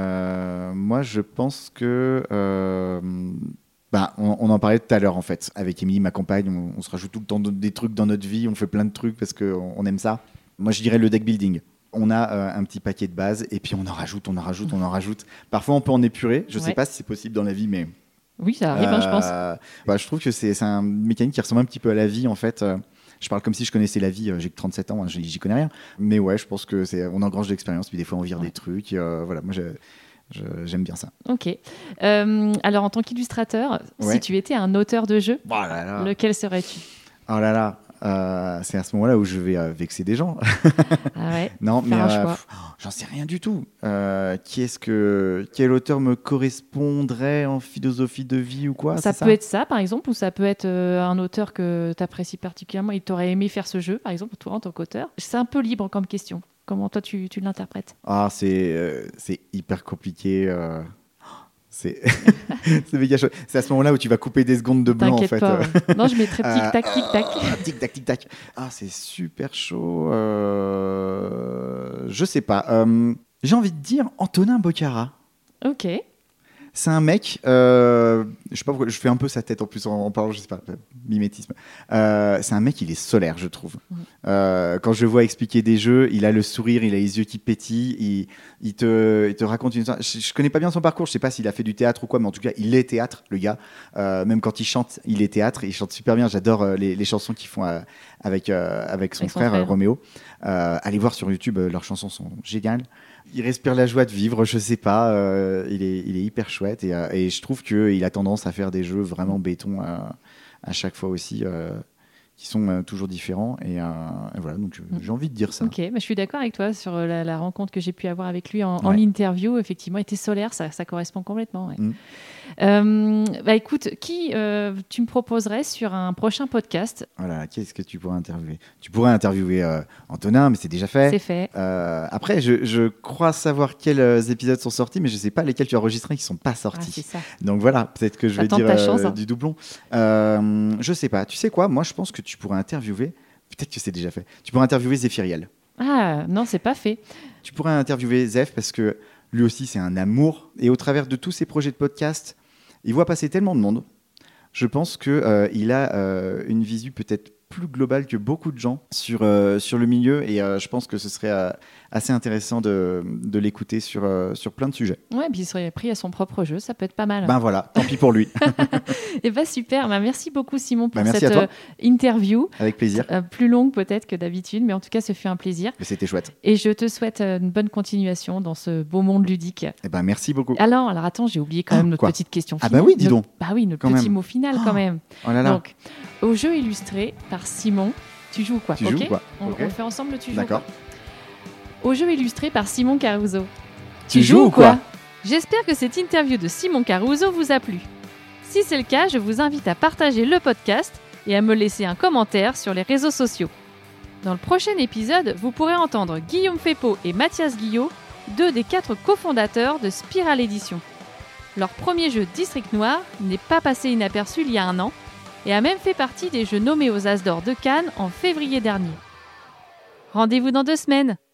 [SPEAKER 2] euh, moi je pense que. euh, bah, on, on en parlait tout à l'heure en fait. Avec Émilie, ma compagne, on, on se rajoute tout le temps de- des trucs dans notre vie, on fait plein de trucs parce qu'on on aime ça. Moi je dirais le deck building. On a euh, un petit paquet de base et puis on en rajoute, on en rajoute, on en rajoute. Parfois on peut en épurer. Je
[SPEAKER 1] Ouais.
[SPEAKER 2] sais pas si c'est possible dans la vie, mais.
[SPEAKER 1] Oui, ça arrive, hein, je pense.
[SPEAKER 2] Euh, bah, je trouve que c'est, c'est un mécanique qui ressemble un petit peu à la vie en fait. Euh, Je parle comme si je connaissais la vie, euh, j'ai que trente-sept ans, hein, j'y, j'y connais rien. Mais ouais, je pense que c'est, on engrange de l'expérience, puis des fois on vire
[SPEAKER 1] Ouais.
[SPEAKER 2] des trucs. et, euh, voilà, moi je- je- j'aime bien ça.
[SPEAKER 1] Ok. Euh, alors, en tant qu'illustrateur,
[SPEAKER 2] Ouais.
[SPEAKER 1] si tu étais un auteur de jeu,
[SPEAKER 2] Oh là là,
[SPEAKER 1] lequel serais-tu?
[SPEAKER 2] oh là, là. Euh, c'est à ce moment-là où je vais euh, vexer des gens.
[SPEAKER 1] Ah ouais.
[SPEAKER 2] non, mais
[SPEAKER 1] Faire un
[SPEAKER 2] euh,
[SPEAKER 1] choix.
[SPEAKER 2] pff, oh, j'en sais rien du tout. Euh, qui est-ce que, quel auteur me correspondrait en philosophie de vie ou quoi?
[SPEAKER 1] Ça
[SPEAKER 2] c'est
[SPEAKER 1] peut être ça, par exemple, ou ça peut être euh, un auteur que tu apprécies particulièrement et t'aurais aimé faire ce jeu, par exemple, toi en tant qu'auteur. C'est un peu libre comme question. Comment toi tu, tu l'interprètes?
[SPEAKER 2] Ah, c'est, euh, c'est hyper compliqué. euh, C'est c'est méga chaud. C'est à ce moment-là où tu vas couper des secondes de blanc en
[SPEAKER 1] T'inquiète
[SPEAKER 2] fait.
[SPEAKER 1] pas. ouais. Non, je mettrais tic-tac,
[SPEAKER 2] Euh,
[SPEAKER 1] tic-tac.
[SPEAKER 2] ah, tic-tac, tic-tac. Ah, c'est super chaud. Euh, Je sais pas. Euh, J'ai envie de dire Antonin Bocara.
[SPEAKER 1] Ok.
[SPEAKER 2] C'est un mec, euh, je sais pas pourquoi, je fais un peu sa tête en plus en, en parlant, je sais pas, mimétisme. Euh, c'est un mec, il est solaire, je trouve. Mmh. Euh, quand je le vois expliquer des jeux, il a le sourire, il a les yeux qui pétillent, il, il, te, il te raconte une histoire. Je, je connais pas bien son parcours, je sais pas s'il a fait du théâtre ou quoi, mais en tout cas, il est théâtre, le gars. Euh, même quand il chante, il est théâtre, il chante super bien. J'adore euh, les, les chansons qu'ils font euh, avec, euh, avec son avec frère, frère. Euh, Roméo. Euh, allez voir sur YouTube, euh, leurs chansons sont géniales. Il respire la joie de vivre, je sais pas, euh, il, est, il est hyper chouette et, euh, et je trouve qu'il a tendance à faire des jeux vraiment béton euh, à chaque fois aussi, euh, qui sont euh, toujours différents et, euh, et voilà, donc euh, j'ai envie de dire ça.
[SPEAKER 1] Ok, bah, je suis d'accord avec toi sur la, la rencontre que j'ai pu avoir avec lui en, ouais. en interview, effectivement, il était solaire, ça, ça correspond complètement. Ouais. Mm. Euh, bah écoute, qui euh, tu me proposerais sur un prochain podcast?
[SPEAKER 2] Voilà, qui est-ce que tu pourrais interviewer? Tu pourrais interviewer euh, Antonin, mais c'est déjà fait.
[SPEAKER 1] C'est fait.
[SPEAKER 2] Euh, après, je, je crois savoir quels épisodes sont sortis, mais je ne sais pas lesquels tu as enregistrés qui ne sont pas sortis. Ah,
[SPEAKER 1] c'est ça.
[SPEAKER 2] Donc voilà, peut-être que je
[SPEAKER 1] ça
[SPEAKER 2] vais dire
[SPEAKER 1] ta chance,
[SPEAKER 2] euh,
[SPEAKER 1] hein.
[SPEAKER 2] du doublon. Euh, je ne sais pas. Tu sais quoi? Moi, je pense que tu pourrais interviewer. Peut-être que c'est déjà fait. Tu pourrais interviewer Zéphiriel.
[SPEAKER 1] Ah non, c'est pas fait.
[SPEAKER 2] Tu pourrais interviewer Zeph parce que lui aussi, c'est un amour. Et au travers de tous ses projets de podcast, il voit passer tellement de monde. Je pense qu'il euh, a euh, une visu peut-être plus globale que beaucoup de gens sur, euh, sur le milieu. Et euh, je pense que ce serait euh, assez intéressant de, de l'écouter sur, euh, sur plein de sujets.
[SPEAKER 1] Ouais, puis il serait pris à son propre jeu, ça peut être pas mal.
[SPEAKER 2] Ben voilà, tant pis pour lui.
[SPEAKER 1] Et ben super, ben merci beaucoup Simon pour
[SPEAKER 2] ben
[SPEAKER 1] cette euh, interview.
[SPEAKER 2] Avec plaisir.
[SPEAKER 1] Euh, plus longue peut-être que d'habitude, mais en tout cas, ce fut un plaisir.
[SPEAKER 2] Mais c'était chouette.
[SPEAKER 1] Et je te souhaite une bonne continuation dans ce beau monde ludique.
[SPEAKER 2] Eh ben merci beaucoup.
[SPEAKER 1] Alors, alors attends, j'ai oublié quand même
[SPEAKER 2] ah,
[SPEAKER 1] notre
[SPEAKER 2] quoi
[SPEAKER 1] petite question
[SPEAKER 2] finale.
[SPEAKER 1] Ah
[SPEAKER 2] bah oui, dis donc.
[SPEAKER 1] Notre, bah oui, notre
[SPEAKER 2] quand
[SPEAKER 1] petit
[SPEAKER 2] même.
[SPEAKER 1] mot final quand même.
[SPEAKER 2] Oh là là.
[SPEAKER 1] Donc, au jeu illustré par Simon, tu joues quoi?
[SPEAKER 2] Tu
[SPEAKER 1] okay
[SPEAKER 2] joues quoi
[SPEAKER 1] on,
[SPEAKER 2] okay.
[SPEAKER 1] on le fait ensemble, tu joues
[SPEAKER 2] D'accord.
[SPEAKER 1] Au jeu illustré par Simon Caruso.
[SPEAKER 2] Tu, tu joues ou quoi?
[SPEAKER 1] J'espère que cette interview de Simon Caruso vous a plu. Si c'est le cas, je vous invite à partager le podcast et à me laisser un commentaire sur les réseaux sociaux. Dans le prochain épisode, vous pourrez entendre Guillaume Fepo et Mathias Guillot, deux des quatre cofondateurs de Spiral Édition. Leur premier jeu District Noir n'est pas passé inaperçu il y a un an et a même fait partie des jeux nommés aux As d'Or de Cannes en février dernier. Rendez-vous dans deux semaines.